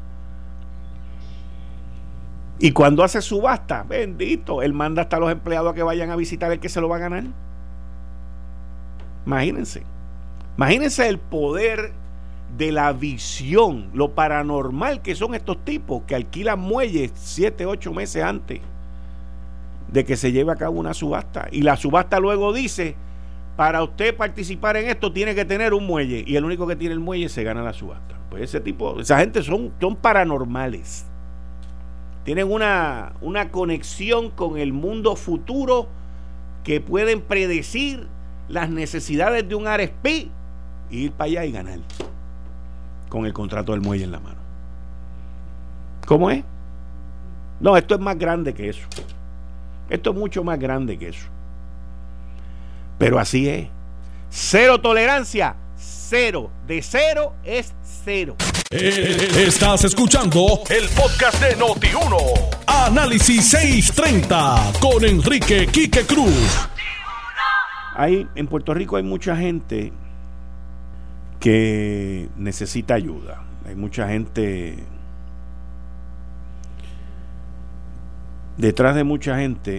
Y cuando hace subasta, bendito, él manda hasta a los empleados a que vayan a visitar el que se lo va a ganar. Imagínense el poder de la visión, lo paranormal que son estos tipos que alquilan muelles 7, 8 meses antes de que se lleve a cabo una subasta, y la subasta luego dice: para usted participar en esto tiene que tener un muelle, y el único que tiene el muelle se gana la subasta. Pues esa gente son paranormales, tienen una conexión con el mundo futuro, que pueden predecir las necesidades de un RSP y ir para allá y ganar con el contrato del muelle en la mano. ¿Cómo es? No, esto es más grande que eso. Esto es mucho más grande que eso. Pero así es. Cero tolerancia. Cero. De cero es cero. Estás escuchando el podcast de Noti1. Análisis 630 con Enrique Quique Cruz. En Puerto Rico hay mucha gente que necesita ayuda. Hay mucha gente. Detrás de mucha gente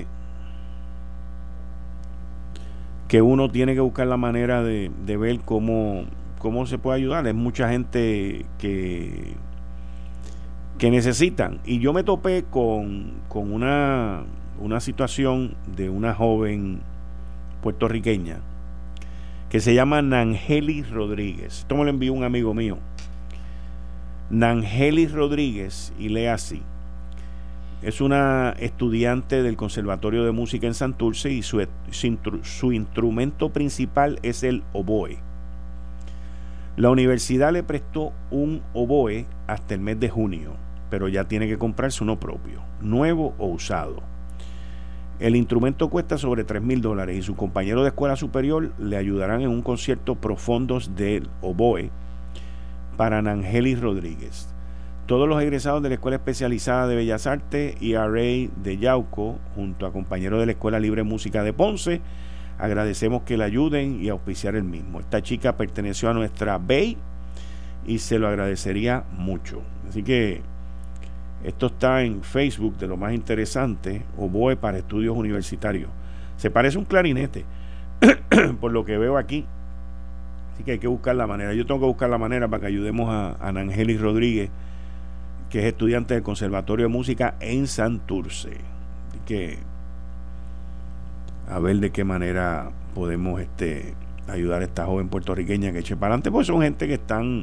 que uno tiene que buscar la manera de ver cómo se puede ayudar. Es mucha gente que necesitan. Y yo me topé con una situación de una joven puertorriqueña que se llama Nangelis Rodríguez. Esto me lo envió un amigo mío. Nangelis Rodríguez, y lee así: es una estudiante del Conservatorio de Música en Santurce, y su instrumento principal es el oboe. La universidad le prestó un oboe hasta el mes de junio, pero ya tiene que comprarse uno propio, nuevo o usado. El instrumento cuesta sobre $3,000, y sus compañeros de escuela superior le ayudarán en un concierto pro fondos del oboe para Nangelis Rodríguez. Todos los egresados de la Escuela Especializada de Bellas Artes ERA de Yauco, junto a compañeros de la Escuela Libre de Música de Ponce, agradecemos que le ayuden y auspiciar el mismo. Esta chica perteneció a nuestra BEI y se lo agradecería mucho. Así que esto está en Facebook, de lo más interesante: oboe para estudios universitarios. Se parece a un clarinete, por lo que veo aquí. Así que hay que buscar la manera. Yo tengo que buscar la manera para que ayudemos a Ana Angelis Rodríguez, que es estudiante del Conservatorio de Música en Santurce. Así que a ver de qué manera podemos ayudar a esta joven puertorriqueña que eche para adelante, pues son gente que están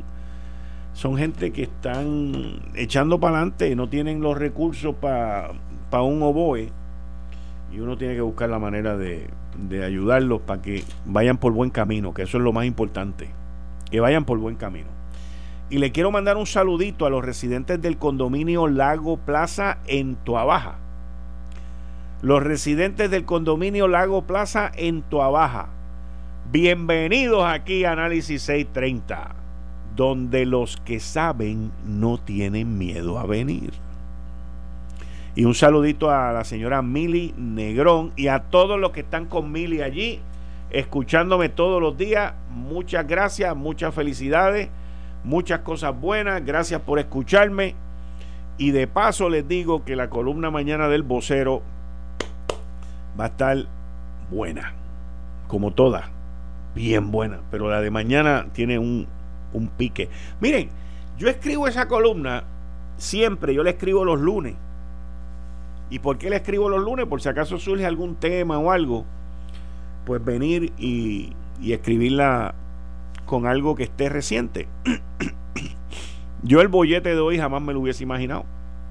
echando para adelante y no tienen los recursos para un oboe, y uno tiene que buscar la manera de ayudarlos para que vayan por buen camino, que eso es lo más importante, que vayan por buen camino. Y le quiero mandar un saludito a los residentes del condominio Lago Plaza en Toabaja. Los residentes del condominio Lago Plaza en Toabaja, bienvenidos aquí a Análisis 630, donde los que saben no tienen miedo a venir. Y un saludito a la señora Mili Negrón y a todos los que están con Mili allí, escuchándome todos los días. Muchas gracias, muchas felicidades, muchas cosas buenas. Gracias por escucharme. Y de paso les digo que la columna mañana del Vocero va a estar buena, como todas, bien buena, pero la de mañana tiene un pique. Miren, yo escribo esa columna siempre, yo la escribo los lunes. ¿Y por qué la escribo los lunes? Por si acaso surge algún tema o algo, pues venir y escribirla con algo que esté reciente. Yo el bollete de hoy jamás me lo hubiese imaginado,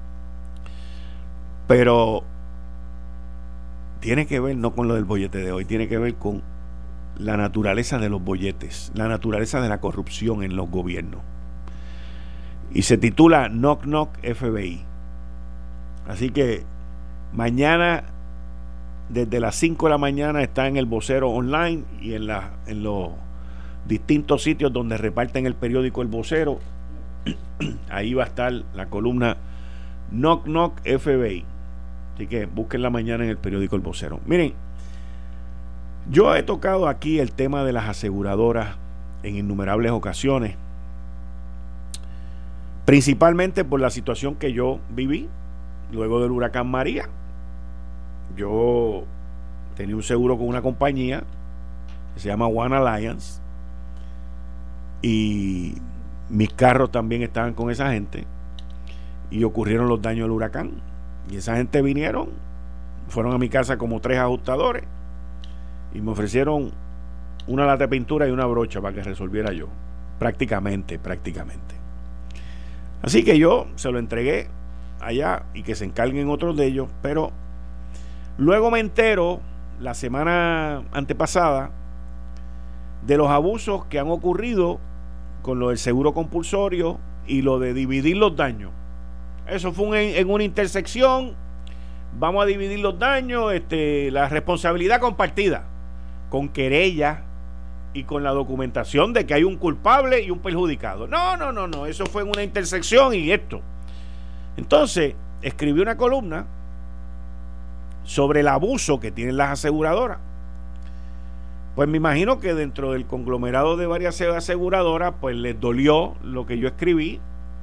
pero tiene que ver no con lo del bollete de hoy, tiene que ver con la naturaleza de los bolletes, la naturaleza de la corrupción en los gobiernos. Y se titula Knock Knock FBI. Así que mañana desde las 5 de la mañana está en el Vocero online y en los distintos sitios donde reparten el periódico El Vocero. Ahí va a estar la columna Knock Knock FBI. Así que búsquenla mañana en el periódico El Vocero. Miren, yo he tocado aquí el tema de las aseguradoras en innumerables ocasiones, principalmente por la situación que yo viví luego del huracán María. Yo tenía un seguro con una compañía que se llama One Alliance y mis carros también estaban con esa gente y ocurrieron los daños del huracán. Y esa gente fueron a mi casa como 3 ajustadores y me ofrecieron una lata de pintura y una brocha para que resolviera yo, prácticamente. Así que yo se lo entregué allá y que se encarguen otros de ellos, pero luego me entero la semana antepasada de los abusos que han ocurrido con lo del seguro compulsorio y lo de dividir los daños. Eso fue en una intersección. Vamos a dividir los daños, la responsabilidad compartida, con querella y con la documentación de que hay un culpable y un perjudicado. No, eso fue en una intersección y esto. Entonces, escribí una columna sobre el abuso que tienen las aseguradoras. Pues me imagino que dentro del conglomerado de varias aseguradoras, pues les dolió lo que yo escribí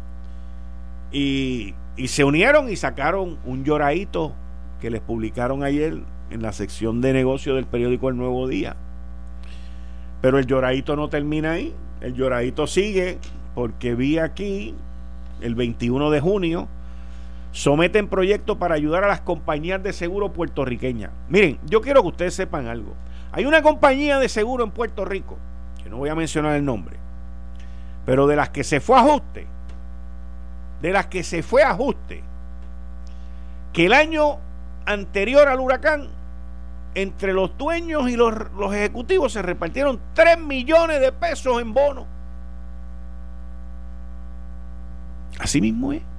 y se unieron y sacaron un lloradito que les publicaron ayer en la sección de negocio del periódico El Nuevo Día. Pero el lloradito no termina ahí, el lloradito sigue, porque vi aquí el 21 de junio someten proyectos para ayudar a las compañías de seguro puertorriqueñas. Miren, yo quiero que ustedes sepan algo. Hay una compañía de seguro en Puerto Rico, que no voy a mencionar el nombre, pero de las que se fue a ajuste, que el año anterior al huracán, entre los dueños y los ejecutivos se repartieron 3 millones de pesos en bonos. Así mismo es.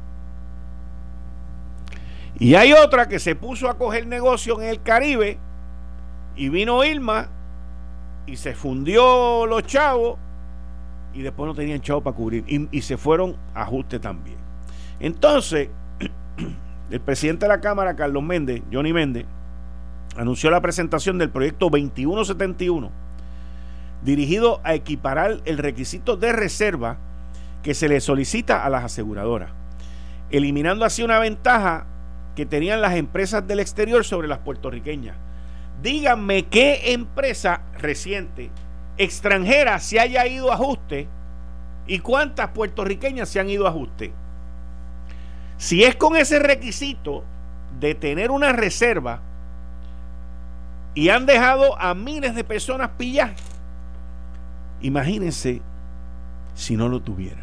Y hay otra que se puso a coger negocio en el Caribe y vino Irma y se fundió los chavos y después no tenían chavos para cubrir y se fueron a ajuste también. Entonces el presidente de la Cámara, Carlos Méndez, Johnny Méndez, anunció la presentación del proyecto 2171 dirigido a equiparar el requisito de reserva que se le solicita a las aseguradoras, eliminando así una ventaja que tenían las empresas del exterior sobre las puertorriqueñas. díganme qué empresa reciente extranjera se haya ido a ajuste y cuántas puertorriqueñas se han ido a ajuste. Si es con ese requisito de tener una reserva y han dejado a miles de personas pillar, imagínense si no lo tuvieran.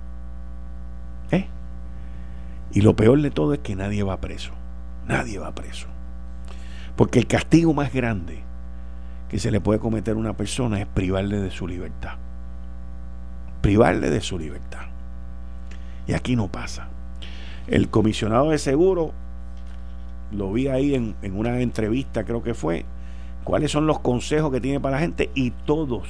Y lo peor de todo es que nadie va preso. Nadie va preso. Porque el castigo más grande que se le puede cometer a una persona es privarle de su libertad. Privarle de su libertad. Y aquí no pasa. El comisionado de seguro, lo vi ahí en una entrevista, creo que fue, cuáles son los consejos que tiene para la gente, y todos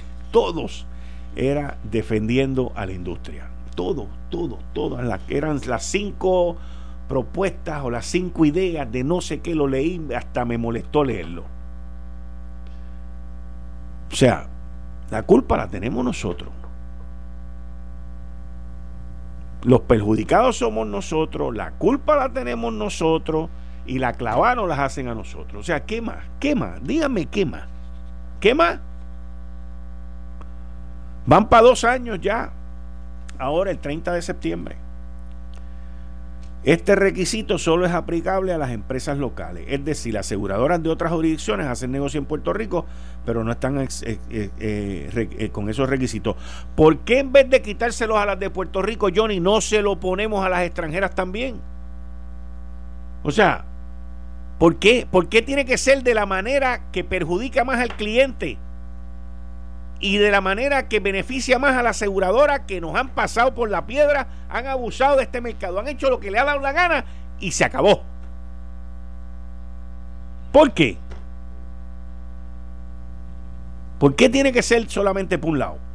era defendiendo a la industria. Todas eran las 5 propuestas o las 5 ideas de no sé qué, lo leí, hasta me molestó leerlo. O sea, la culpa la tenemos nosotros. Los perjudicados somos nosotros, la culpa la tenemos nosotros y la clavada nos las hacen a nosotros. O sea, ¿qué más? Díganme, ¿qué más? Van para 2 años ya, ahora el 30 de septiembre. Este requisito solo es aplicable a las empresas locales, es decir, aseguradoras de otras jurisdicciones hacen negocio en Puerto Rico, pero no están con esos requisitos. ¿Por qué en vez de quitárselos a las de Puerto Rico, Johnny, no se lo ponemos a las extranjeras también? O sea, ¿por qué tiene que ser de la manera que perjudica más al cliente y de la manera que beneficia más a la aseguradora, que nos han pasado por la piedra, han abusado de este mercado, han hecho lo que le ha dado la gana y se acabó? ¿Por qué? ¿Por qué tiene que ser solamente por un lado?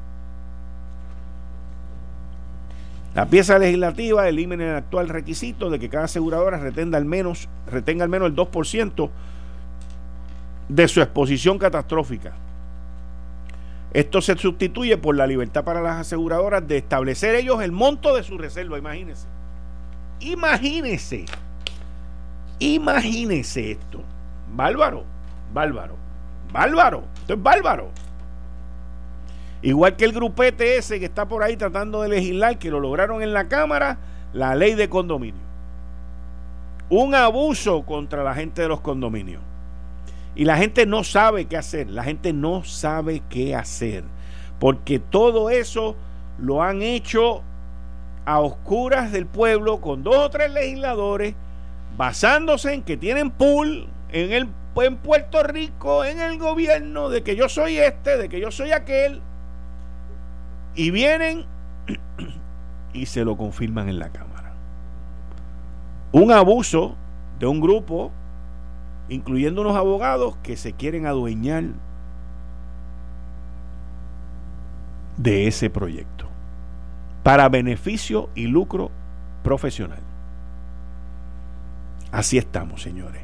La pieza legislativa elimina el actual requisito de que cada aseguradora retenga al menos el 2% de su exposición catastrófica. Esto se sustituye por la libertad para las aseguradoras de establecer ellos el monto de su reserva. Imagínense esto. Bárbaro. Esto es bárbaro. Igual que el grupete ese que está por ahí tratando de legislar, que lo lograron en la Cámara, la ley de condominio. Un abuso contra la gente de los condominios. Y la gente no sabe qué hacer. Porque todo eso lo han hecho a oscuras del pueblo con 2 o 3 legisladores, basándose en que tienen pool en Puerto Rico, en el gobierno, de que yo soy de que yo soy aquel. Y vienen y se lo confirman en la Cámara. Un abuso de un grupo, incluyendo unos abogados que se quieren adueñar de ese proyecto para beneficio y lucro profesional. Así estamos, señores.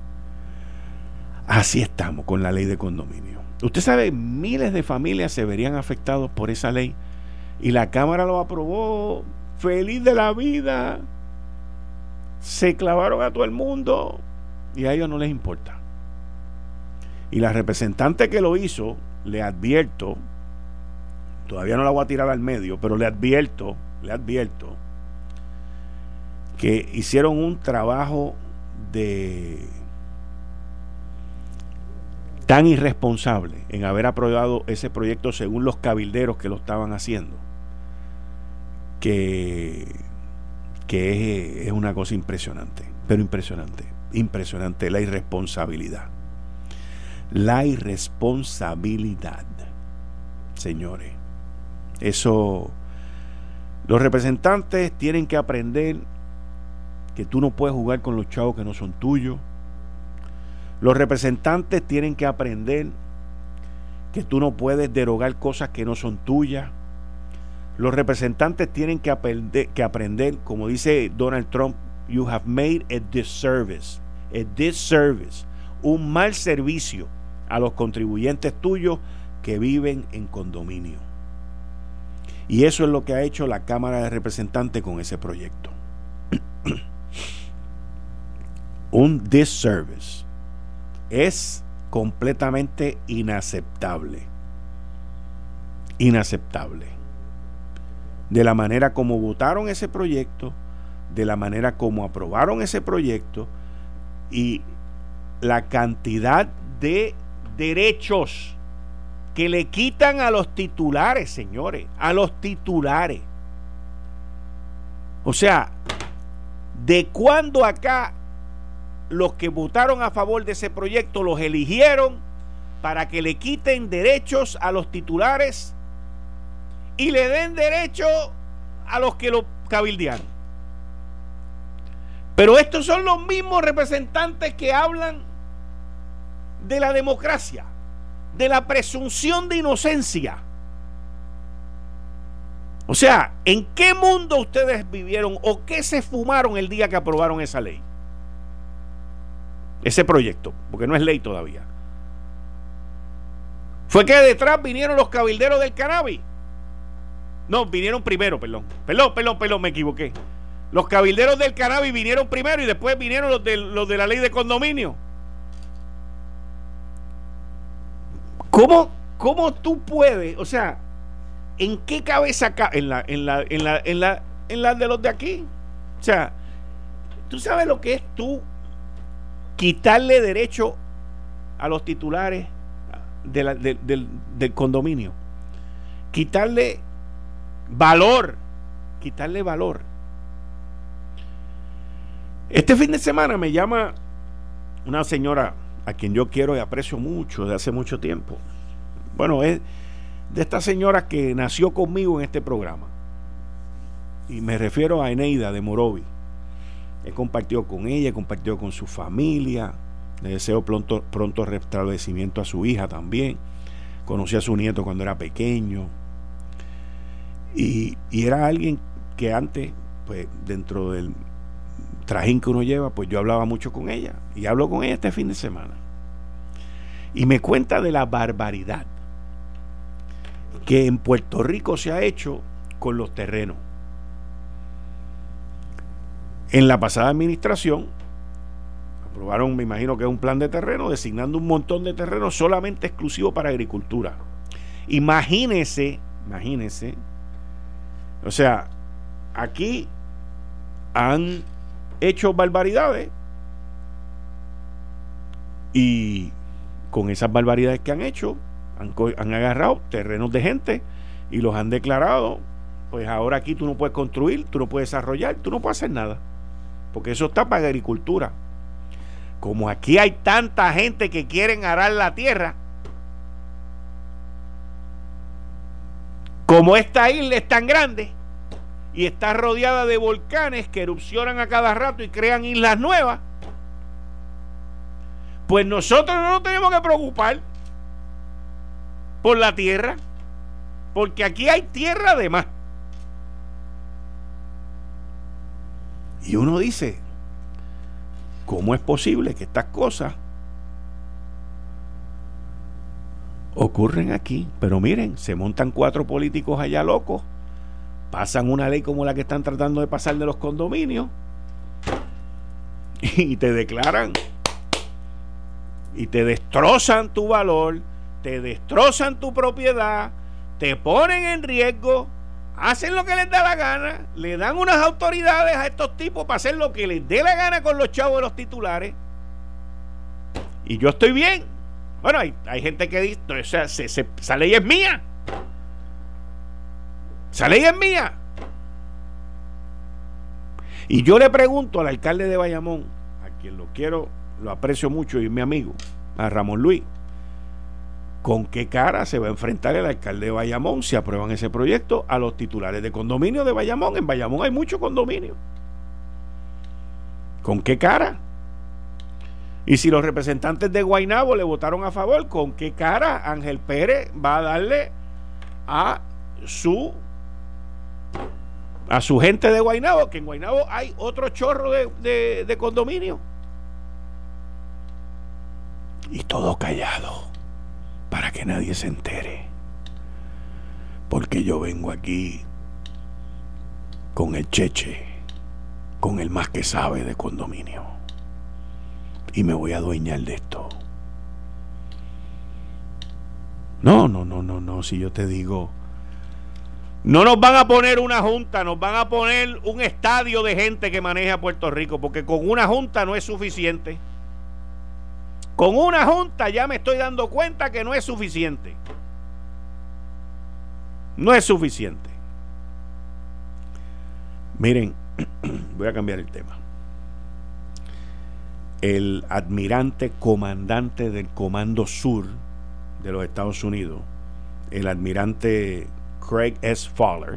Así estamos con la ley de condominio. Usted sabe, miles de familias se verían afectados por esa ley y la Cámara lo aprobó, feliz de la vida. Se clavaron a todo el mundo y a ellos no les importa. Y la representante que lo hizo, le advierto, todavía no la voy a tirar al medio, pero le advierto que hicieron un trabajo tan irresponsable en haber aprobado ese proyecto según los cabilderos que lo estaban haciendo, que es una cosa impresionante, pero impresionante la irresponsabilidad, señores. Eso, los representantes tienen que aprender que tú no puedes jugar con los chavos que no son tuyos. Los representantes tienen que aprender que tú no puedes derogar cosas que no son tuyas. Los representantes tienen que aprender, como dice Donald Trump, you have made a disservice, un mal servicio a los contribuyentes tuyos que viven en condominio. Y eso es lo que ha hecho la Cámara de Representantes con ese proyecto. Un disservice. Es completamente inaceptable. Inaceptable. De la manera como votaron ese proyecto, de la manera como aprobaron ese proyecto y la cantidad de derechos que le quitan a los titulares, señores, a los titulares. O sea, ¿de cuándo acá los que votaron a favor de ese proyecto los eligieron para que le quiten derechos a los titulares y le den derecho a los que lo cabildearon? Pero estos son los mismos representantes que hablan de la democracia, de la presunción de inocencia. O sea, ¿en qué mundo ustedes vivieron o qué se fumaron el día que aprobaron esa ley? Ese proyecto, porque no es ley todavía. Fue que detrás vinieron los cabilderos del cannabis. No, vinieron primero, perdón, me equivoqué. Los cabilderos del cannabis vinieron primero y después vinieron los de la ley de condominio. ¿Cómo tú puedes, o sea, en qué cabeza en la de los de aquí? O sea, ¿tú sabes lo que es tú quitarle derecho a los titulares del condominio? Quitarle valor. Este fin de semana me llama una señora a quien yo quiero y aprecio mucho de hace mucho tiempo. Bueno, es de esta señora que nació conmigo en este programa. Y me refiero a Eneida de Morovi. He compartido con ella, he compartido con su familia. Le deseo pronto restablecimiento a su hija también. Conocí a su nieto cuando era pequeño. Y era alguien que antes, pues dentro del trajín que uno lleva, pues yo hablaba mucho con ella. Y hablo con ella este fin de semana. Y me cuenta de la barbaridad que en Puerto Rico se ha hecho con los terrenos. En la pasada administración aprobaron, me imagino que es un plan de terreno, designando un montón de terrenos solamente exclusivo para agricultura. Imagínese, o sea, aquí han hecho barbaridades y con esas barbaridades que han hecho han agarrado terrenos de gente y los han declarado, pues ahora aquí tú no puedes construir, tú no puedes desarrollar, tú no puedes hacer nada, porque eso está para agricultura. Como aquí hay tanta gente que quieren arar la tierra, como esta isla es tan grande y está rodeada de volcanes que erupcionan a cada rato y crean islas nuevas, pues nosotros no nos tenemos que preocupar por la tierra, porque aquí hay tierra de más. Y uno dice, ¿cómo es posible que estas cosas ocurren aquí? Pero miren, se montan 4 políticos allá locos, pasan una ley como la que están tratando de pasar de los condominios y te declaran y te destrozan tu valor, te destrozan tu propiedad, te ponen en riesgo, hacen lo que les da la gana, le dan unas autoridades a estos tipos para hacer lo que les dé la gana con los chavos de los titulares. Y yo estoy bien. Bueno, hay gente que dice, o sea, esa ley es mía. Esa ley es mía. Y yo le pregunto al alcalde de Bayamón, a quien lo quiero, lo aprecio mucho y es mi amigo, a Ramón Luis, ¿con qué cara se va a enfrentar el alcalde de Bayamón si aprueban ese proyecto a los titulares de condominio de Bayamón? En Bayamón hay muchos condominios. ¿Con qué cara? Y si los representantes de Guaynabo le votaron a favor, ¿con qué cara Ángel Pérez va a darle a su gente de Guaynabo? Que en Guaynabo hay otro chorro de condominio. Y todo callado, para que nadie se entere, porque yo vengo aquí con el cheche, con el más que sabe de condominio, y me voy a adueñar de esto. No, si yo te digo, no nos van a poner una junta, nos van a poner un estadio de gente que maneja Puerto Rico, porque con una junta no es suficiente. Con una junta ya me estoy dando cuenta que no es suficiente. No es suficiente. Miren, voy a cambiar el tema. El almirante comandante del Comando Sur de los Estados Unidos, el almirante Craig S. Fowler,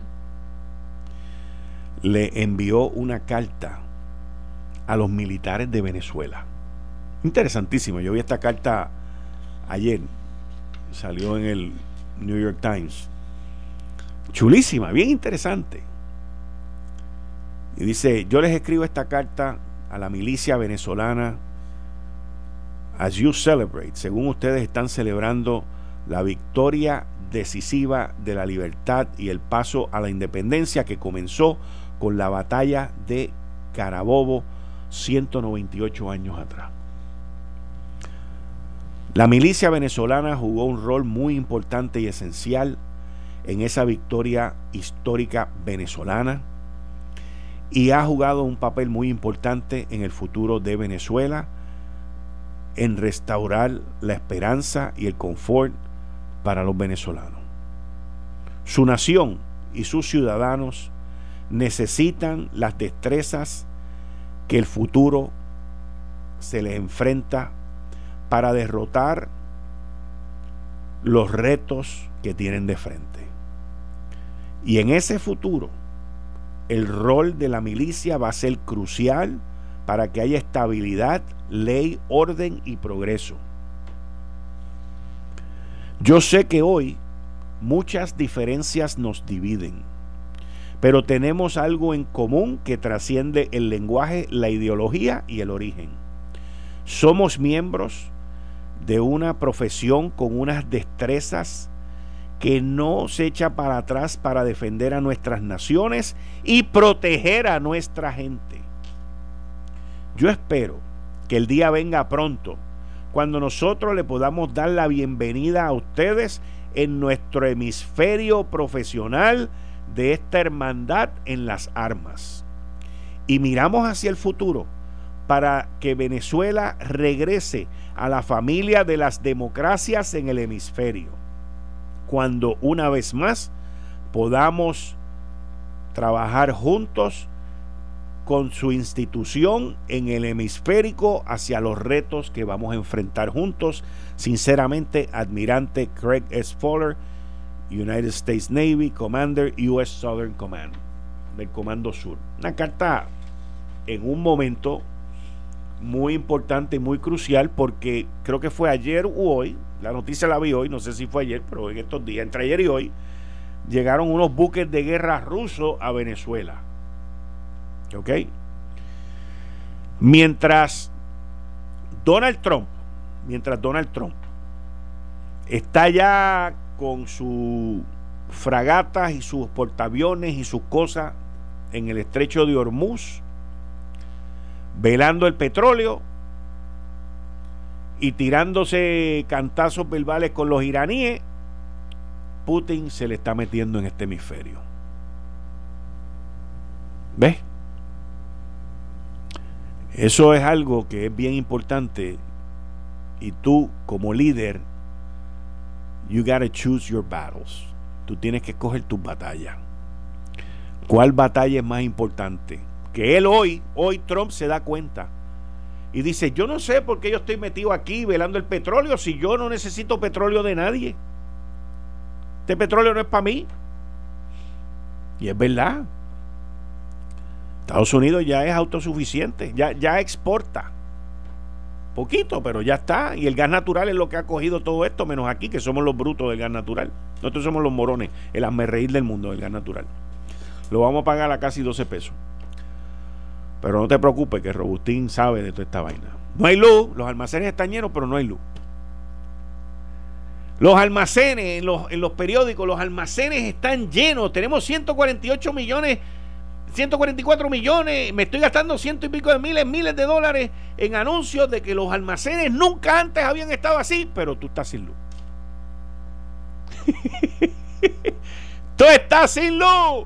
le envió una carta a los militares de Venezuela. Interesantísimo. Yo vi esta carta ayer, salió en el New York Times. Chulísima, bien interesante. Y dice: yo les escribo esta carta a la milicia venezolana. As you celebrate, según ustedes están celebrando la victoria decisiva de la libertad y el paso a la independencia que comenzó con la batalla de Carabobo 198 años atrás. La milicia venezolana jugó un rol muy importante y esencial en esa victoria histórica venezolana y ha jugado un papel muy importante en el futuro de Venezuela, en restaurar la esperanza y el confort para los venezolanos. Su nación y sus ciudadanos necesitan las destrezas que el futuro se les enfrenta para derrotar los retos que tienen de frente. Y en ese futuro, el rol de la milicia va a ser crucial para que haya estabilidad, ley, orden y progreso. Yo sé que hoy muchas diferencias nos dividen, pero tenemos algo en común que trasciende el lenguaje, la ideología y el origen. Somos miembros de una profesión con unas destrezas que no se echa para atrás para defender a nuestras naciones y proteger a nuestra gente. Yo espero que el día venga pronto, cuando nosotros le podamos dar la bienvenida a ustedes en nuestro hemisferio profesional de esta hermandad en las armas. Y miramos hacia el futuro para que Venezuela regrese a la familia de las democracias en el hemisferio, cuando una vez más podamos trabajar juntos con su institución en el hemisférico hacia los retos que vamos a enfrentar juntos. Sinceramente, almirante Craig S. Fowler, United States Navy, Commander, U.S. Southern Command, del Comando Sur. Una carta en un momento muy importante y muy crucial, porque creo que fue ayer u hoy, la noticia la vi hoy, no sé si fue ayer, pero en estos días, entre ayer y hoy, llegaron unos buques de guerra rusos a Venezuela. ¿Ok? Mientras Donald Trump está ya con sus fragatas y sus portaaviones y sus cosas en el estrecho de Hormuz, velando el petróleo y tirándose cantazos verbales con los iraníes, Putin se le está metiendo en este hemisferio. ¿Ves? Eso es algo que es bien importante, y tú como líder, you gotta choose your battles. Tú tienes que escoger tus batallas. ¿Cuál batalla es más importante? Que él hoy Trump se da cuenta y dice: yo no sé por qué yo estoy metido aquí velando el petróleo si yo no necesito petróleo de nadie. Este petróleo no es para mí. Y es verdad. Estados Unidos ya es autosuficiente, ya exporta poquito, pero ya está. Y el gas natural es lo que ha cogido todo esto, menos aquí, que somos los brutos del gas natural. Nosotros somos los morones, el hazmerreír del mundo del gas natural. Lo vamos a pagar a casi 12 pesos. Pero no te preocupes, que Robustín sabe de toda esta vaina. No hay luz, los almacenes están llenos, pero no hay luz. Los almacenes, en los periódicos, los almacenes están llenos. Tenemos 148 millones, 144 millones, me estoy gastando ciento y pico de miles de dólares en anuncios de que los almacenes nunca antes habían estado así, pero tú estás sin luz. Todo está sin luz.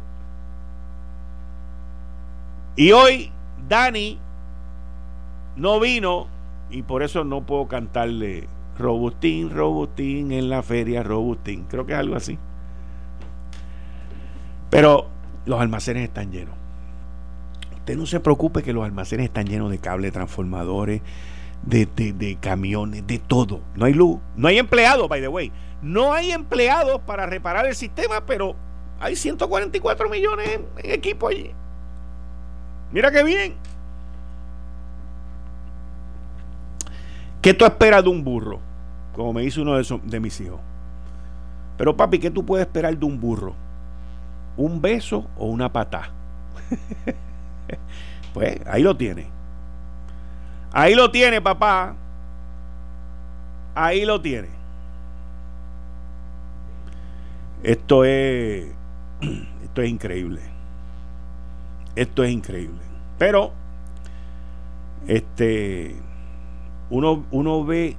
Y hoy Dani no vino y por eso no puedo cantarle Robustín, Robustín en la feria, Robustín. Creo que es algo así. Pero los almacenes están llenos. Usted no se preocupe que los almacenes están llenos de cables, transformadores, de camiones, de todo. No hay luz, no hay empleados, by the way. No hay empleados para reparar el sistema, pero hay 144 millones en equipo allí. Mira qué bien. ¿Qué tú esperas de un burro? Como me dice uno de mis hijos. Pero papi, ¿qué tú puedes esperar de un burro? ¿Un beso o una patada? Pues ahí lo tiene. Ahí lo tiene, papá. Ahí lo tiene. Esto es increíble. Esto es increíble. Pero uno ve,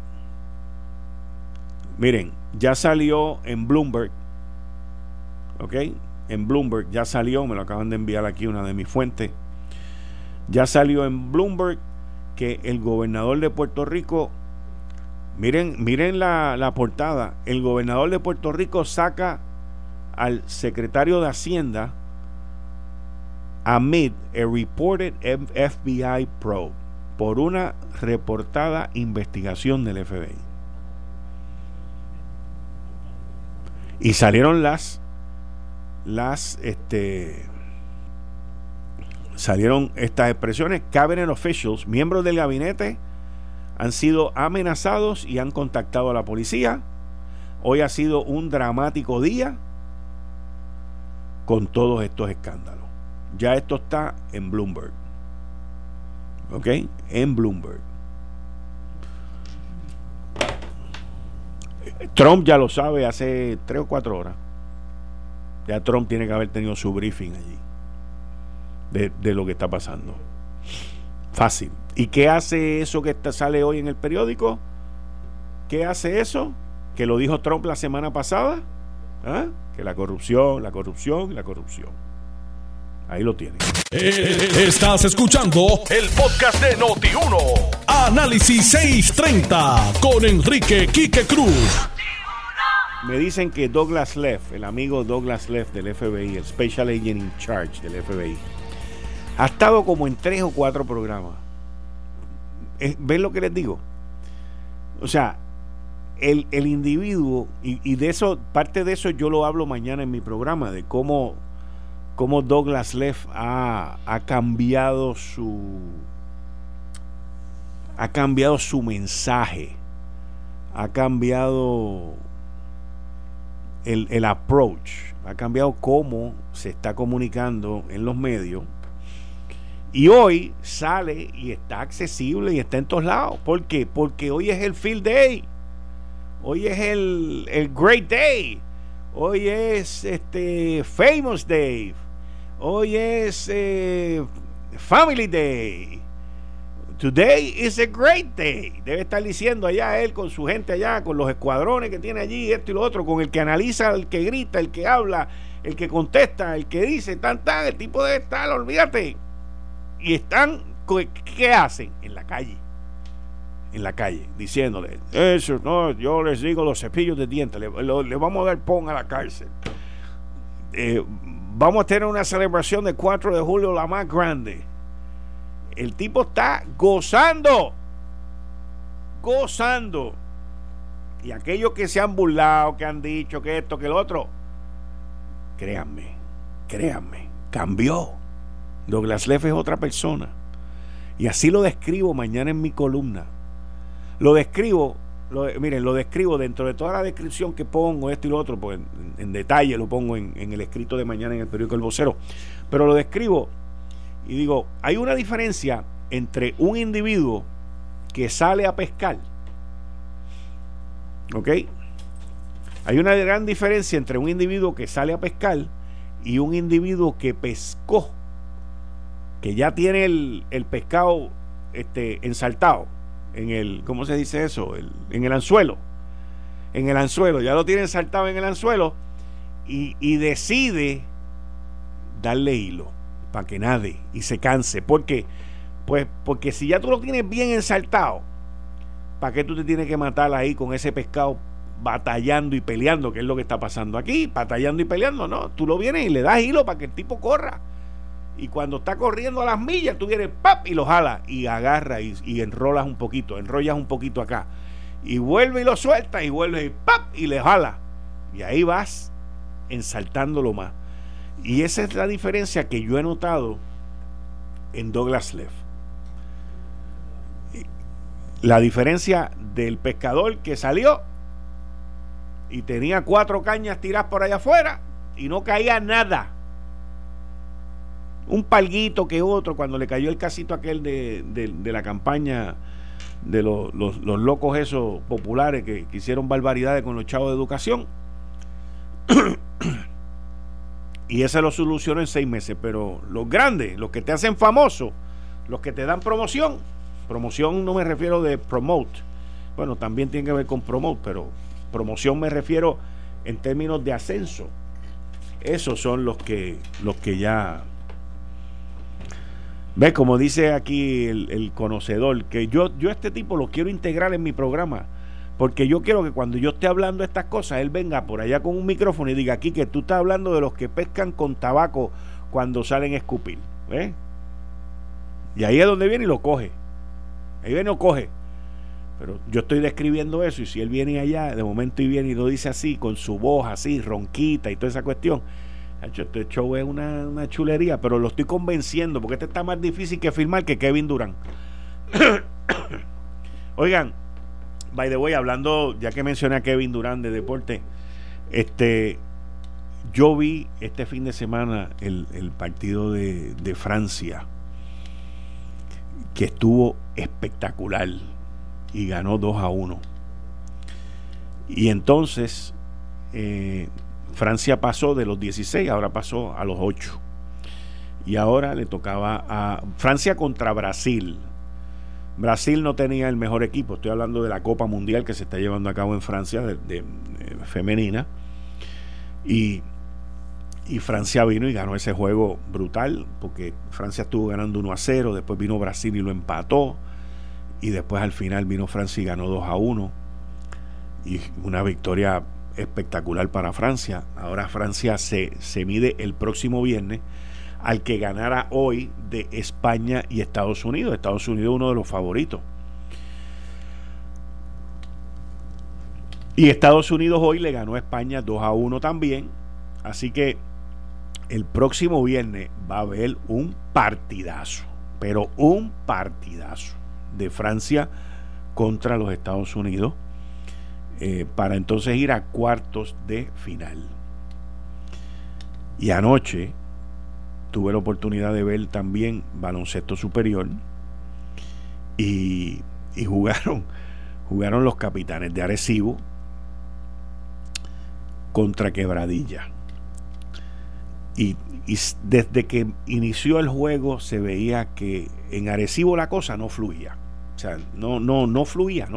miren, ya salió en Bloomberg, ¿ok? En Bloomberg ya salió, me lo acaban de enviar aquí una de mis fuentes. Ya salió en Bloomberg que el gobernador de Puerto Rico, miren la portada, el gobernador de Puerto Rico saca al secretario de Hacienda amid a reported FBI probe por una reportada investigación del FBI. Y salieron salieron estas expresiones. Cabinet officials, miembros del gabinete, han sido amenazados y han contactado a la policía. Hoy ha sido un dramático día con todos estos escándalos. Ya esto está en Bloomberg. ¿Ok? En Bloomberg. Trump ya lo sabe hace 3 o 4 horas. Ya Trump tiene que haber tenido su briefing allí de lo que está pasando. Fácil. ¿Y qué hace eso que sale hoy en el periódico? ¿Qué hace eso? Que lo dijo Trump la semana pasada. ¿Ah? Que la corrupción. Ahí lo tienen. Estás escuchando el podcast de Noti1. Análisis 630 con Enrique Quique Cruz. Me dicen que Douglas Leff, el amigo Douglas Leff del FBI, el Special Agent in Charge del FBI, ha estado como en 3 o 4 programas. ¿Ven lo que les digo? O sea, el individuo, y de eso, parte de eso yo lo hablo mañana en mi programa, de cómo Douglas Leff ha cambiado su mensaje, ha cambiado el approach, ha cambiado cómo se está comunicando en los medios, y hoy sale y está accesible y está en todos lados. ¿Por qué? Porque hoy es el Field Day, hoy es el Great Day, hoy es Famous Day, hoy es Family Day. Today is a great day. Debe estar diciendo allá él con su gente allá, con los escuadrones que tiene allí, esto y lo otro, con el que analiza, el que grita, el que habla, el que contesta, el que dice, el tipo debe estar, olvídate. Y están, ¿qué hacen? En la calle, diciéndole, eso, no, yo les digo los cepillos de dientes, le vamos a dar pon a la cárcel. Vamos a tener una celebración del 4 de julio, la más grande. El tipo está gozando. Y aquellos que se han burlado, que han dicho que esto, que lo otro, créanme, cambió. Douglas Leff es otra persona. Y así lo describo mañana en mi columna. Lo describo dentro de toda la descripción que pongo, esto y lo otro, pues en detalle lo pongo en el escrito de mañana en el periódico El Vocero. Pero lo describo y digo, hay una diferencia entre un individuo que sale a pescar, ¿ok? Hay una gran diferencia entre un individuo que sale a pescar y un individuo que pescó, que ya tiene el pescado ensartado en el, ¿cómo se dice eso? En el anzuelo. en el anzuelo, ya lo tienen saltado en el anzuelo y decide darle hilo para que nade y se canse. Porque si ya tú lo tienes bien ensaltado, ¿para qué tú te tienes que matar ahí con ese pescado batallando y peleando? Que es lo que está pasando aquí, batallando y peleando. No, tú lo vienes y le das hilo para que el tipo corra, y cuando está corriendo a las millas tú vienes ¡pap! Y lo jalas y agarras y enrollas un poquito acá, y vuelve y lo sueltas y vuelve y ¡pap! Y le jalas, y ahí vas ensaltándolo más. Y esa es la diferencia que yo he notado en Douglas Leff. La diferencia del pescador que salió y tenía 4 cañas tiradas por allá afuera y no caía nada, un palguito que otro cuando le cayó el casito aquel de la campaña de los locos esos populares que hicieron barbaridades con los chavos de educación. Y ese lo solucionó en 6 meses. Pero los grandes, los que te hacen famoso, los que te dan promoción no me refiero de promote, bueno, también tiene que ver con promote, pero promoción me refiero en términos de ascenso. Esos son los que ya ves, como dice aquí el conocedor, que yo este tipo lo quiero integrar en mi programa, porque yo quiero que cuando yo esté hablando estas cosas, él venga por allá con un micrófono y diga: aquí que tú estás hablando de los que pescan con tabaco cuando salen a escupir, ¿ves? Y ahí es donde viene y lo coge. Ahí viene y lo coge. Pero yo estoy describiendo eso, y si él viene allá de momento y viene y lo dice así, con su voz así, ronquita y toda esa cuestión, este show es una chulería, pero lo estoy convenciendo, porque este está más difícil que firmar que Kevin Durant. Oigan, by the way, hablando, ya que mencioné a Kevin Durant de deporte, yo vi este fin de semana el partido de Francia, que estuvo espectacular, y ganó 2-1. Y entonces Francia pasó de los 16, ahora pasó a los 8, y ahora le tocaba a Francia contra Brasil. Brasil no tenía el mejor equipo, estoy hablando de la Copa Mundial que se está llevando a cabo en Francia de femenina, y Francia vino y ganó ese juego brutal, porque Francia estuvo ganando 1-0, después vino Brasil y lo empató, y después al final vino Francia y ganó 2-1, y una victoria espectacular para Francia. Ahora Francia se mide el próximo viernes al que ganara hoy de España y Estados Unidos. Estados Unidos es uno de los favoritos, y Estados Unidos hoy le ganó a España 2-1 también. Así que el próximo viernes va a haber un partidazo, pero un partidazo de Francia contra los Estados Unidos, para entonces ir a cuartos de final. Y anoche tuve la oportunidad de ver también baloncesto superior, y jugaron los Capitanes de Arecibo contra Quebradilla, y desde que inició el juego se veía que en Arecibo la cosa no fluía, o sea, no fluía.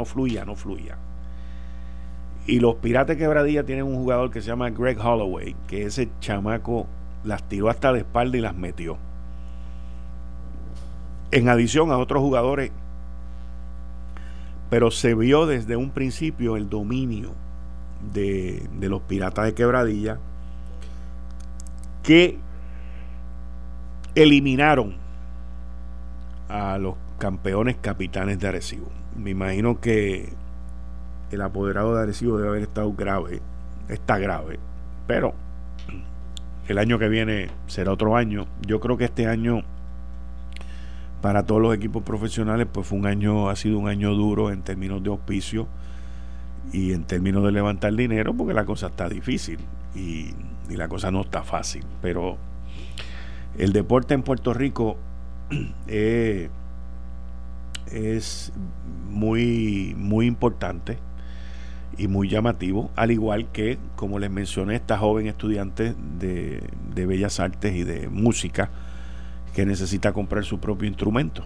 Y los Piratas de Quebradilla tienen un jugador que se llama Greg Holloway, que ese chamaco las tiró hasta de espalda y las metió, en adición a otros jugadores. Pero se vio desde un principio el dominio de los Piratas de Quebradilla, que eliminaron a los campeones Capitanes de Arecibo. Me imagino que el apoderado de Arecibo debe haber estado grave, está grave, pero el año que viene será otro año. Yo creo que este año para todos los equipos profesionales pues ha sido un año duro en términos de auspicio y en términos de levantar dinero, porque la cosa está difícil y la cosa no está fácil. Pero el deporte en Puerto Rico es muy, muy importante y muy llamativo, al igual que, como les mencioné, esta joven estudiante de Bellas Artes y de música que necesita comprar su propio instrumento.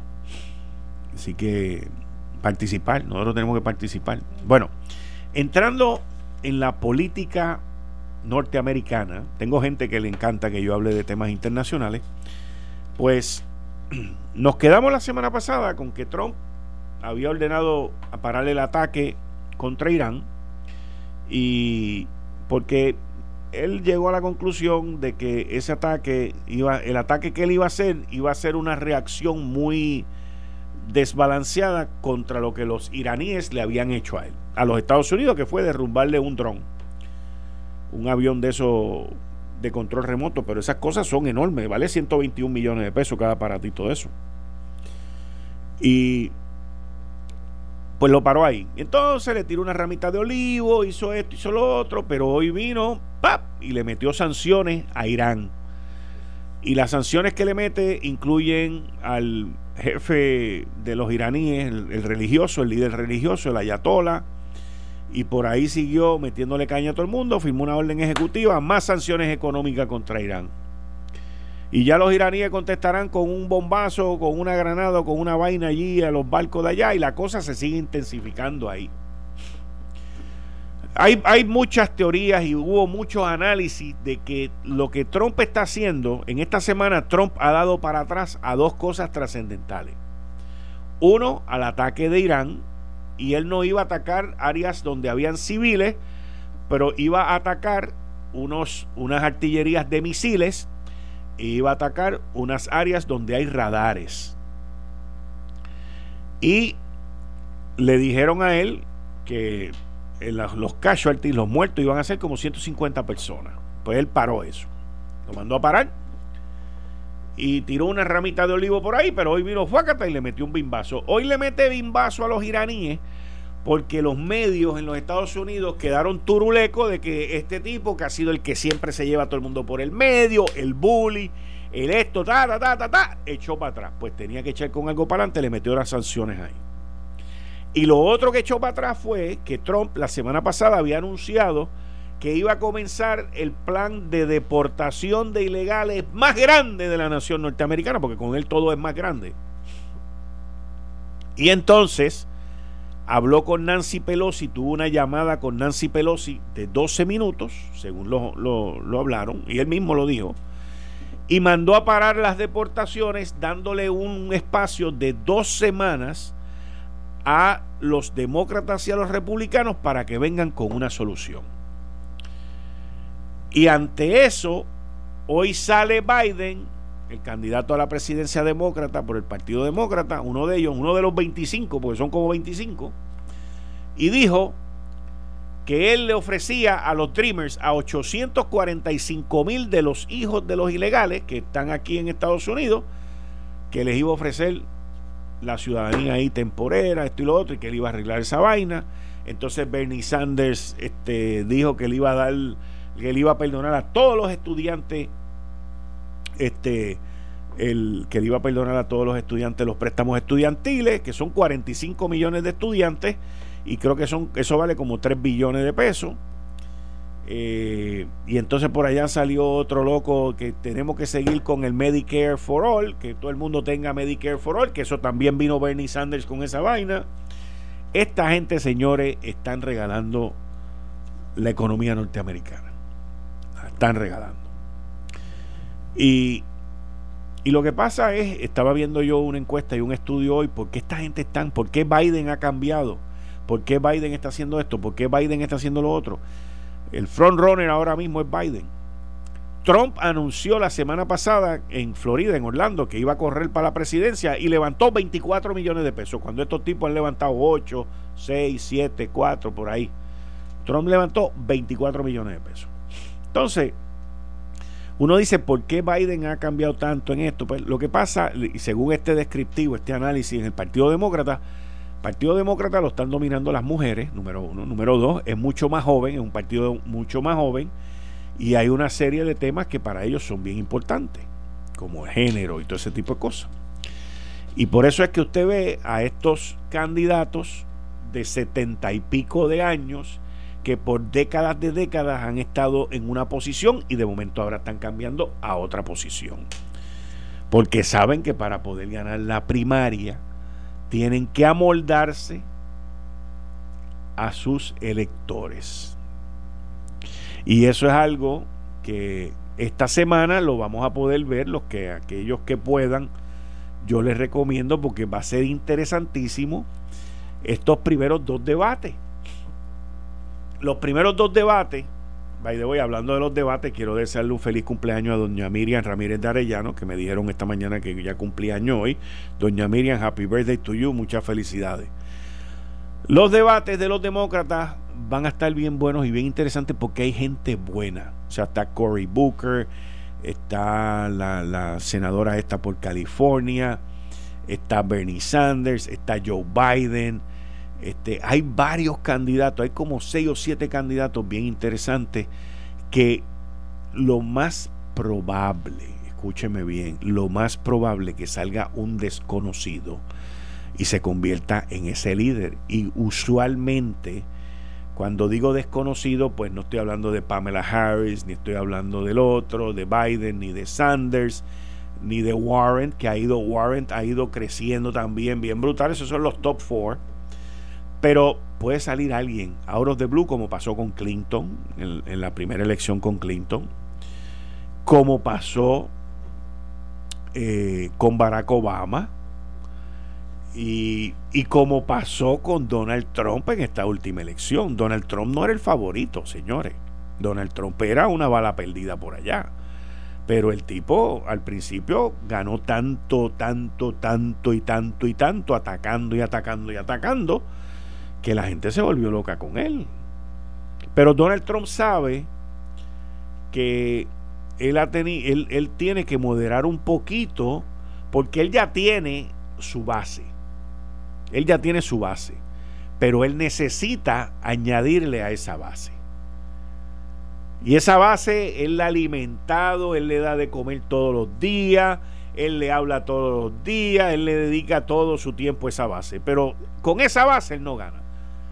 Así que nosotros tenemos que participar. Bueno, entrando en la política norteamericana, tengo gente que le encanta que yo hable de temas internacionales, pues nos quedamos la semana pasada con que Trump había ordenado a parar el ataque contra Irán, y porque él llegó a la conclusión de que ese ataque el ataque que él iba a ser una reacción muy desbalanceada contra lo que los iraníes le habían hecho a los Estados Unidos, que fue derrumbarle un dron, un avión de esos de control remoto, pero esas cosas son enormes, vale 121 millones de pesos cada aparatito de eso. Y pues lo paró ahí. Entonces le tiró una ramita de olivo, hizo esto, hizo lo otro, pero hoy vino ¡pap! Y le metió sanciones a Irán. Y las sanciones que le mete incluyen al jefe de los iraníes, el religioso, el líder religioso, el ayatollah, y por ahí siguió metiéndole caña a todo el mundo, firmó una orden ejecutiva, más sanciones económicas contra Irán. Y ya los iraníes contestarán con un bombazo, con una granada, con una vaina allí a los barcos de allá, y la cosa se sigue intensificando ahí. Hay muchas teorías y hubo muchos análisis de que lo que Trump está haciendo, en esta semana Trump ha dado para atrás a dos cosas trascendentales. Uno, al ataque de Irán, y él no iba a atacar áreas donde habían civiles, pero iba a atacar unas artillerías de misiles, e iba a atacar unas áreas donde hay radares. Y le dijeron a él que los casualties, los muertos, iban a ser como 150 personas. Pues él paró eso, lo mandó a parar y tiró una ramita de olivo por ahí, pero hoy vino fuácata y le metió un bimbazo. Hoy le mete bimbazo a los iraníes porque los medios en los Estados Unidos quedaron turulecos de que este tipo, que ha sido el que siempre se lleva a todo el mundo por el medio, el bully, el esto, echó para atrás. Pues tenía que echar con algo para adelante, le metió las sanciones ahí. Y lo otro que echó para atrás fue que Trump la semana pasada había anunciado que iba a comenzar el plan de deportación de ilegales más grande de la nación norteamericana, porque con él todo es más grande. Y entonces habló con Nancy Pelosi, tuvo una llamada con Nancy Pelosi de 12 minutos, según lo hablaron, y él mismo lo dijo, y mandó a parar las deportaciones, dándole un espacio de 2 semanas a los demócratas y a los republicanos para que vengan con una solución. Y ante eso, hoy sale Biden, el candidato a la presidencia demócrata por el Partido Demócrata, uno de ellos, uno de los 25, porque son como 25, y dijo que él le ofrecía a los Dreamers, a 845,000 de los hijos de los ilegales que están aquí en Estados Unidos, que les iba a ofrecer la ciudadanía ahí temporera, esto y lo otro, y que él iba a arreglar esa vaina. Entonces Bernie Sanders dijo que le iba a dar, que le iba a perdonar a todos los estudiantes, que le iba a perdonar a todos los estudiantes los préstamos estudiantiles, que son 45 millones de estudiantes, y creo que eso vale como 3 billones de pesos. Y entonces por allá salió otro loco que tenemos que seguir con el Medicare for All, que todo el mundo tenga Medicare for All, que eso también vino Bernie Sanders con esa vaina. Esta gente, señores, están regalando la economía norteamericana, la están regalando. Y lo que pasa es, estaba viendo yo una encuesta y un estudio hoy, ¿por qué esta gente por qué Biden ha cambiado? ¿Por qué Biden está haciendo esto? ¿Por qué Biden está haciendo lo otro? El frontrunner ahora mismo es Biden. Trump anunció la semana pasada en Florida, en Orlando, que iba a correr para la presidencia y levantó 24 millones de pesos, cuando estos tipos han levantado 8, 6, 7, 4, por ahí. Trump levantó 24 millones de pesos. Entonces, uno dice, ¿por qué Biden ha cambiado tanto en esto? Pues lo que pasa, y según este descriptivo, este análisis en el Partido Demócrata lo están dominando las mujeres, número uno. Número dos, es mucho más joven, es un partido mucho más joven, y hay una serie de temas que para ellos son bien importantes, como el género y todo ese tipo de cosas. Y por eso es que usted ve a estos candidatos de 70 y pico de años que por décadas han estado en una posición y de momento ahora están cambiando a otra posición. Porque saben que para poder ganar la primaria tienen que amoldarse a sus electores. Y eso es algo que esta semana lo vamos a poder ver, aquellos que puedan, yo les recomiendo, porque va a ser interesantísimo estos primeros 2 debates. Los primeros 2 debates, by the way, hablando de los debates, quiero desearle un feliz cumpleaños a doña Miriam Ramírez de Arellano, que me dijeron esta mañana que ya cumplía año hoy. Doña Miriam, happy birthday to you, muchas felicidades. Los debates de los demócratas van a estar bien buenos y bien interesantes porque hay gente buena. O sea, está Cory Booker, está la senadora esta por California, está Bernie Sanders, está Joe Biden. Hay varios candidatos, hay como 6 o 7 candidatos bien interesantes, que lo más probable, escúcheme bien, lo más probable que salga un desconocido y se convierta en ese líder. Y usualmente, cuando digo desconocido, pues no estoy hablando de Pamela Harris, ni estoy hablando del otro, de Biden, ni de Sanders, ni de Warren, que Warren ha ido creciendo también bien brutal. Esos son los top 4. Pero puede salir alguien out of the blue, como pasó con Clinton, en la primera elección con Clinton, como pasó con Barack Obama, y como pasó con Donald Trump en esta última elección. Donald Trump no era el favorito, señores. Donald Trump era una bala perdida por allá. Pero el tipo al principio ganó tanto, atacando y atacando y atacando, que la gente se volvió loca con él. Pero Donald Trump sabe que él tiene que moderar un poquito, porque él ya tiene su base. Pero él necesita añadirle a esa base. Y esa base él la ha alimentado, él le da de comer todos los días, él le habla todos los días, él le dedica todo su tiempo a esa base. Pero con esa base él no gana.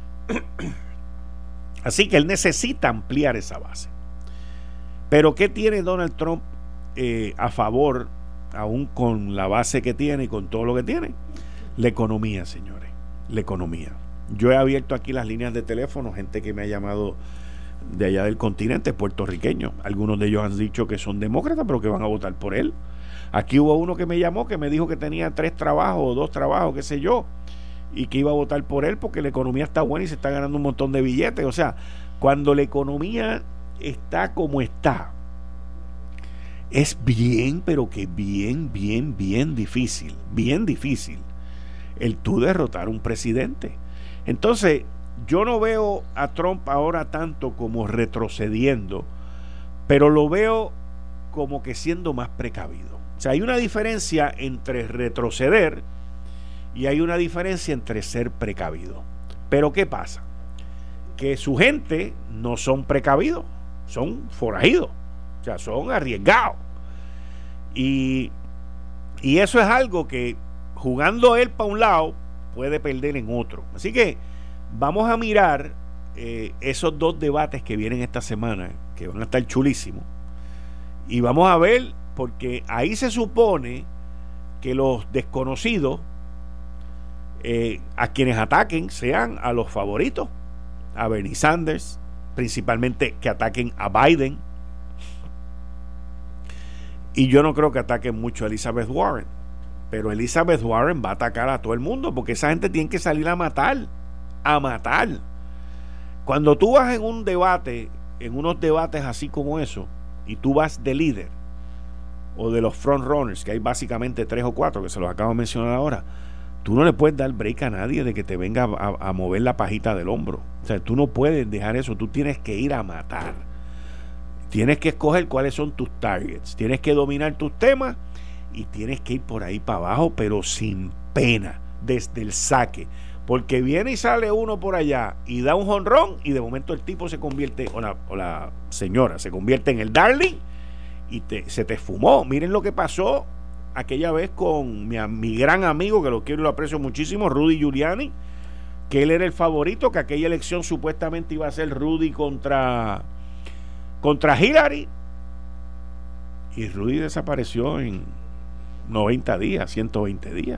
Así que él necesita ampliar esa base. Pero ¿qué tiene Donald Trump a favor, aún con la base que tiene y con todo lo que tiene? La economía, señores, la economía. Yo he abierto aquí las líneas de teléfono, gente que me ha llamado de allá del continente, puertorriqueños. Algunos de ellos han dicho que son demócratas, pero que van a votar por él. Aquí hubo uno que me llamó, que me dijo que tenía 3 trabajos o 2 trabajos, qué sé yo, y que iba a votar por él porque la economía está buena y se está ganando un montón de billetes. O sea, cuando la economía está como está, es bien, pero que bien difícil el tú derrotar a un presidente. Entonces, yo no veo a Trump ahora tanto como retrocediendo, pero lo veo como que siendo más precavido. O sea, hay una diferencia entre retroceder y hay una diferencia entre ser precavido. Pero ¿qué pasa? Que su gente no son precavidos, son forajidos, o sea, son arriesgados. Y eso es algo que, jugando él para un lado, puede perder en otro. Así que vamos a mirar esos 2 debates que vienen esta semana, que van a estar chulísimos, y vamos a ver, porque ahí se supone que los desconocidos, a quienes ataquen, sean a los favoritos, a Bernie Sanders, principalmente que ataquen a Biden. Y yo no creo que ataquen mucho a Elizabeth Warren, pero Elizabeth Warren va a atacar a todo el mundo, porque esa gente tiene que salir a matar. Cuando tú vas en un debate, en unos debates así como eso, y tú vas de líder o de los frontrunners, que hay básicamente 3 o 4 que se los acabo de mencionar ahora, tú no le puedes dar break a nadie de que te venga a mover la pajita del hombro. O sea, tú no puedes dejar eso, tú tienes que ir a matar. Tienes que escoger cuáles son tus targets, tienes que dominar tus temas y tienes que ir por ahí para abajo, pero sin pena, desde el saque. Porque viene y sale uno por allá y da un jonrón, y de momento el tipo se convierte, o la señora se convierte en el darling, y se te fumó. Miren lo que pasó aquella vez con mi gran amigo, que lo quiero y lo aprecio muchísimo, Rudy Giuliani, que él era el favorito, que aquella elección supuestamente iba a ser Rudy contra Hillary, y Rudy desapareció en 90 días, 120 días.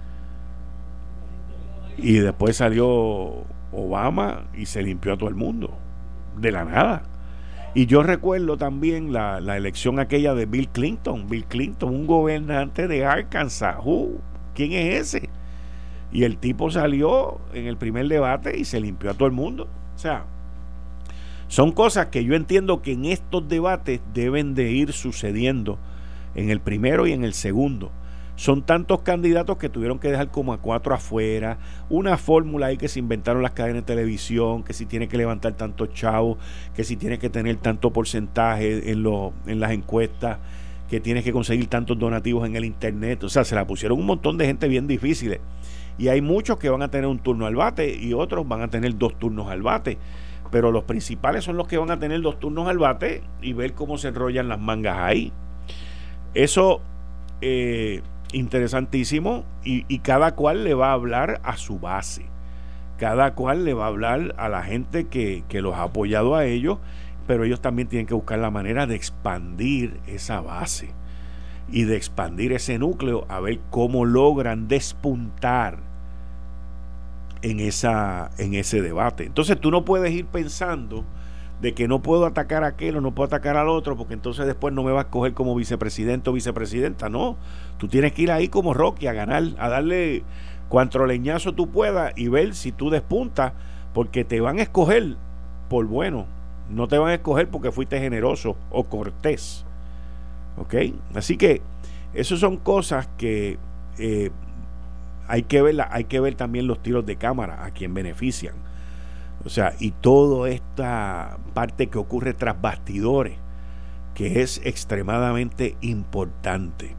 Y después salió Obama y se limpió a todo el mundo de la nada. Y yo recuerdo también la elección aquella de Bill Clinton, un gobernante de Arkansas. ¿Quién es ese? Y el tipo salió en el primer debate y se limpió a todo el mundo. O sea, son cosas que yo entiendo que en estos debates deben de ir sucediendo en el primero y en el segundo. Son tantos candidatos que tuvieron que dejar como a 4 afuera, una fórmula ahí que se inventaron las cadenas de televisión, que si tiene que levantar tantos chavos, que si tiene que tener tanto porcentaje en las encuestas, que tienes que conseguir tantos donativos en el internet. O sea, se la pusieron un montón de gente bien difíciles. Y hay muchos que van a tener un turno al bate y otros van a tener 2 turnos al bate. Pero los principales son los que van a tener 2 turnos al bate y ver cómo se enrollan las mangas ahí. Eso interesantísimo, y cada cual le va a hablar a su base, cada cual le va a hablar a la gente que los ha apoyado a ellos, pero ellos también tienen que buscar la manera de expandir esa base y de expandir ese núcleo, a ver cómo logran despuntar en ese debate. Entonces tú no puedes ir pensando de que no puedo atacar a aquel o no puedo atacar al otro, porque entonces después no me va a escoger como vicepresidente o vicepresidenta. No, tú tienes que ir ahí como Rocky a ganar, a darle cuanto leñazo tú puedas y ver si tú despuntas, porque te van a escoger por bueno, no te van a escoger porque fuiste generoso o cortés. ¿Ok? Así que esas son cosas que hay que ver también los tiros de cámara, a quién benefician. O sea, y toda esta parte que ocurre tras bastidores, que es extremadamente importante.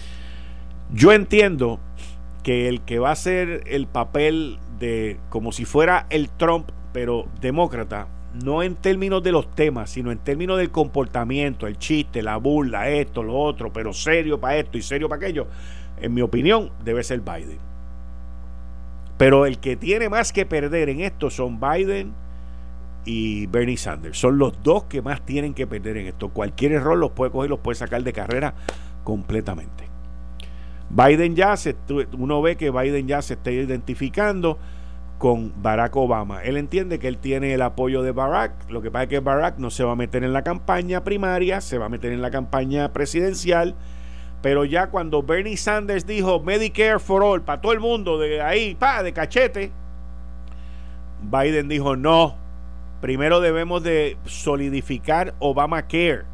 Yo entiendo que el que va a hacer el papel de como si fuera el Trump, pero demócrata, no en términos de los temas, sino en términos del comportamiento, el chiste, la burla, esto, lo otro, pero serio para esto y serio para aquello, en mi opinión, debe ser Biden. Pero el que tiene más que perder en esto son Biden y Bernie Sanders. Son los dos que más tienen que perder en esto. Cualquier error los puede coger, los puede sacar de carrera completamente. Biden uno ve que Biden ya se está identificando con Barack Obama. Él entiende que él tiene el apoyo de Barack. Lo que pasa es que Barack no se va a meter en la campaña primaria, se va a meter en la campaña presidencial. Pero ya cuando Bernie Sanders dijo Medicare for all, para todo el mundo, de ahí, de cachete, Biden dijo no, primero debemos de solidificar Obamacare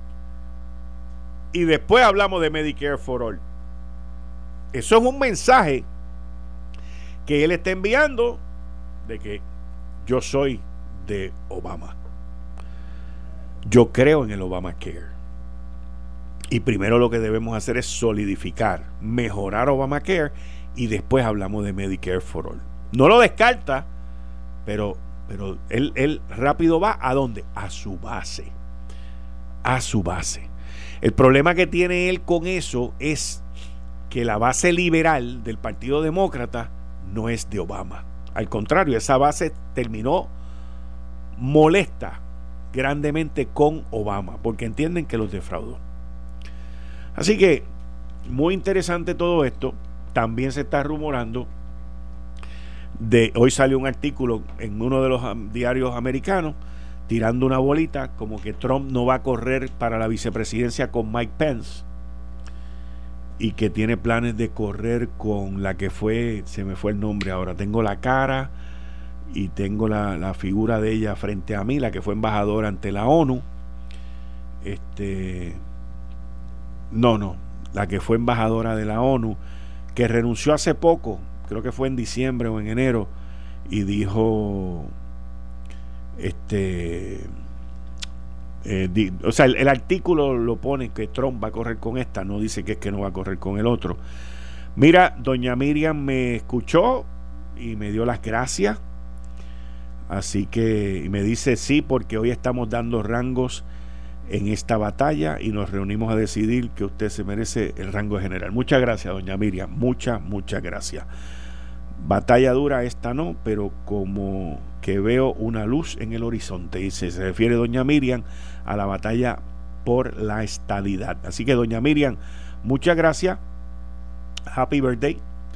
y después hablamos de Medicare for all. Eso es un mensaje que él está enviando de que yo soy de Obama. Yo creo en el Obamacare. Y primero lo que debemos hacer es solidificar, mejorar Obamacare y después hablamos de Medicare for All. No lo descarta, pero él rápido va ¿a dónde? A su base. A su base. El problema que tiene él con eso es que la base liberal del Partido Demócrata no es de Obama. Al contrario, esa base terminó molesta grandemente con Obama porque entienden que los defraudó. Así que muy interesante todo esto. También se está rumorando hoy salió un artículo en uno de los diarios americanos tirando una bolita como que Trump no va a correr para la vicepresidencia con Mike Pence y que tiene planes de correr con la que fue, se me fue el nombre ahora, tengo la cara y tengo la figura de ella frente a mí, la que fue embajadora ante la ONU, la que fue embajadora de la ONU, que renunció hace poco, creo que fue en diciembre o en enero, y dijo, o sea, el artículo lo pone que Trump va a correr con esta, no dice que es que no va a correr con el otro. Mira, doña Miriam me escuchó y me dio las gracias, así que, y me dice sí, porque hoy estamos dando rangos en esta batalla y nos reunimos a decidir que usted se merece el rango de general. Muchas gracias, doña Miriam, muchas gracias. Batalla dura esta no, pero como que veo una luz en el horizonte, y se refiere doña Miriam a la batalla por la estadidad. Así que doña Miriam, muchas gracias, happy birthday,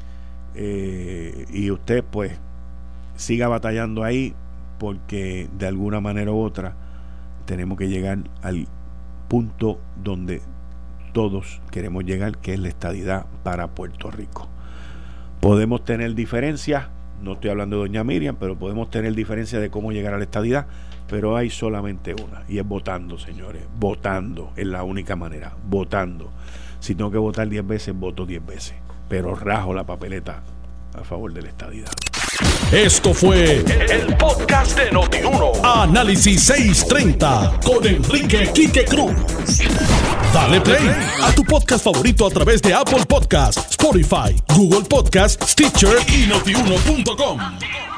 y usted pues siga batallando ahí porque de alguna manera u otra tenemos que llegar al punto donde todos queremos llegar, que es la estadidad para Puerto Rico. Podemos tener diferencias, no estoy hablando de doña Miriam, pero podemos tener diferencias de cómo llegar a la estadidad, pero hay solamente una, y es votando, señores. Votando es la única manera, votando. Si tengo que votar 10 veces, voto 10 veces, pero rajo la papeleta a favor de la estadidad. Esto fue el podcast de Noti1. Análisis 630 con Enrique Quique Cruz. Dale play a tu podcast favorito a través de Apple Podcasts, Spotify, Google Podcasts, Stitcher y Noti1.com.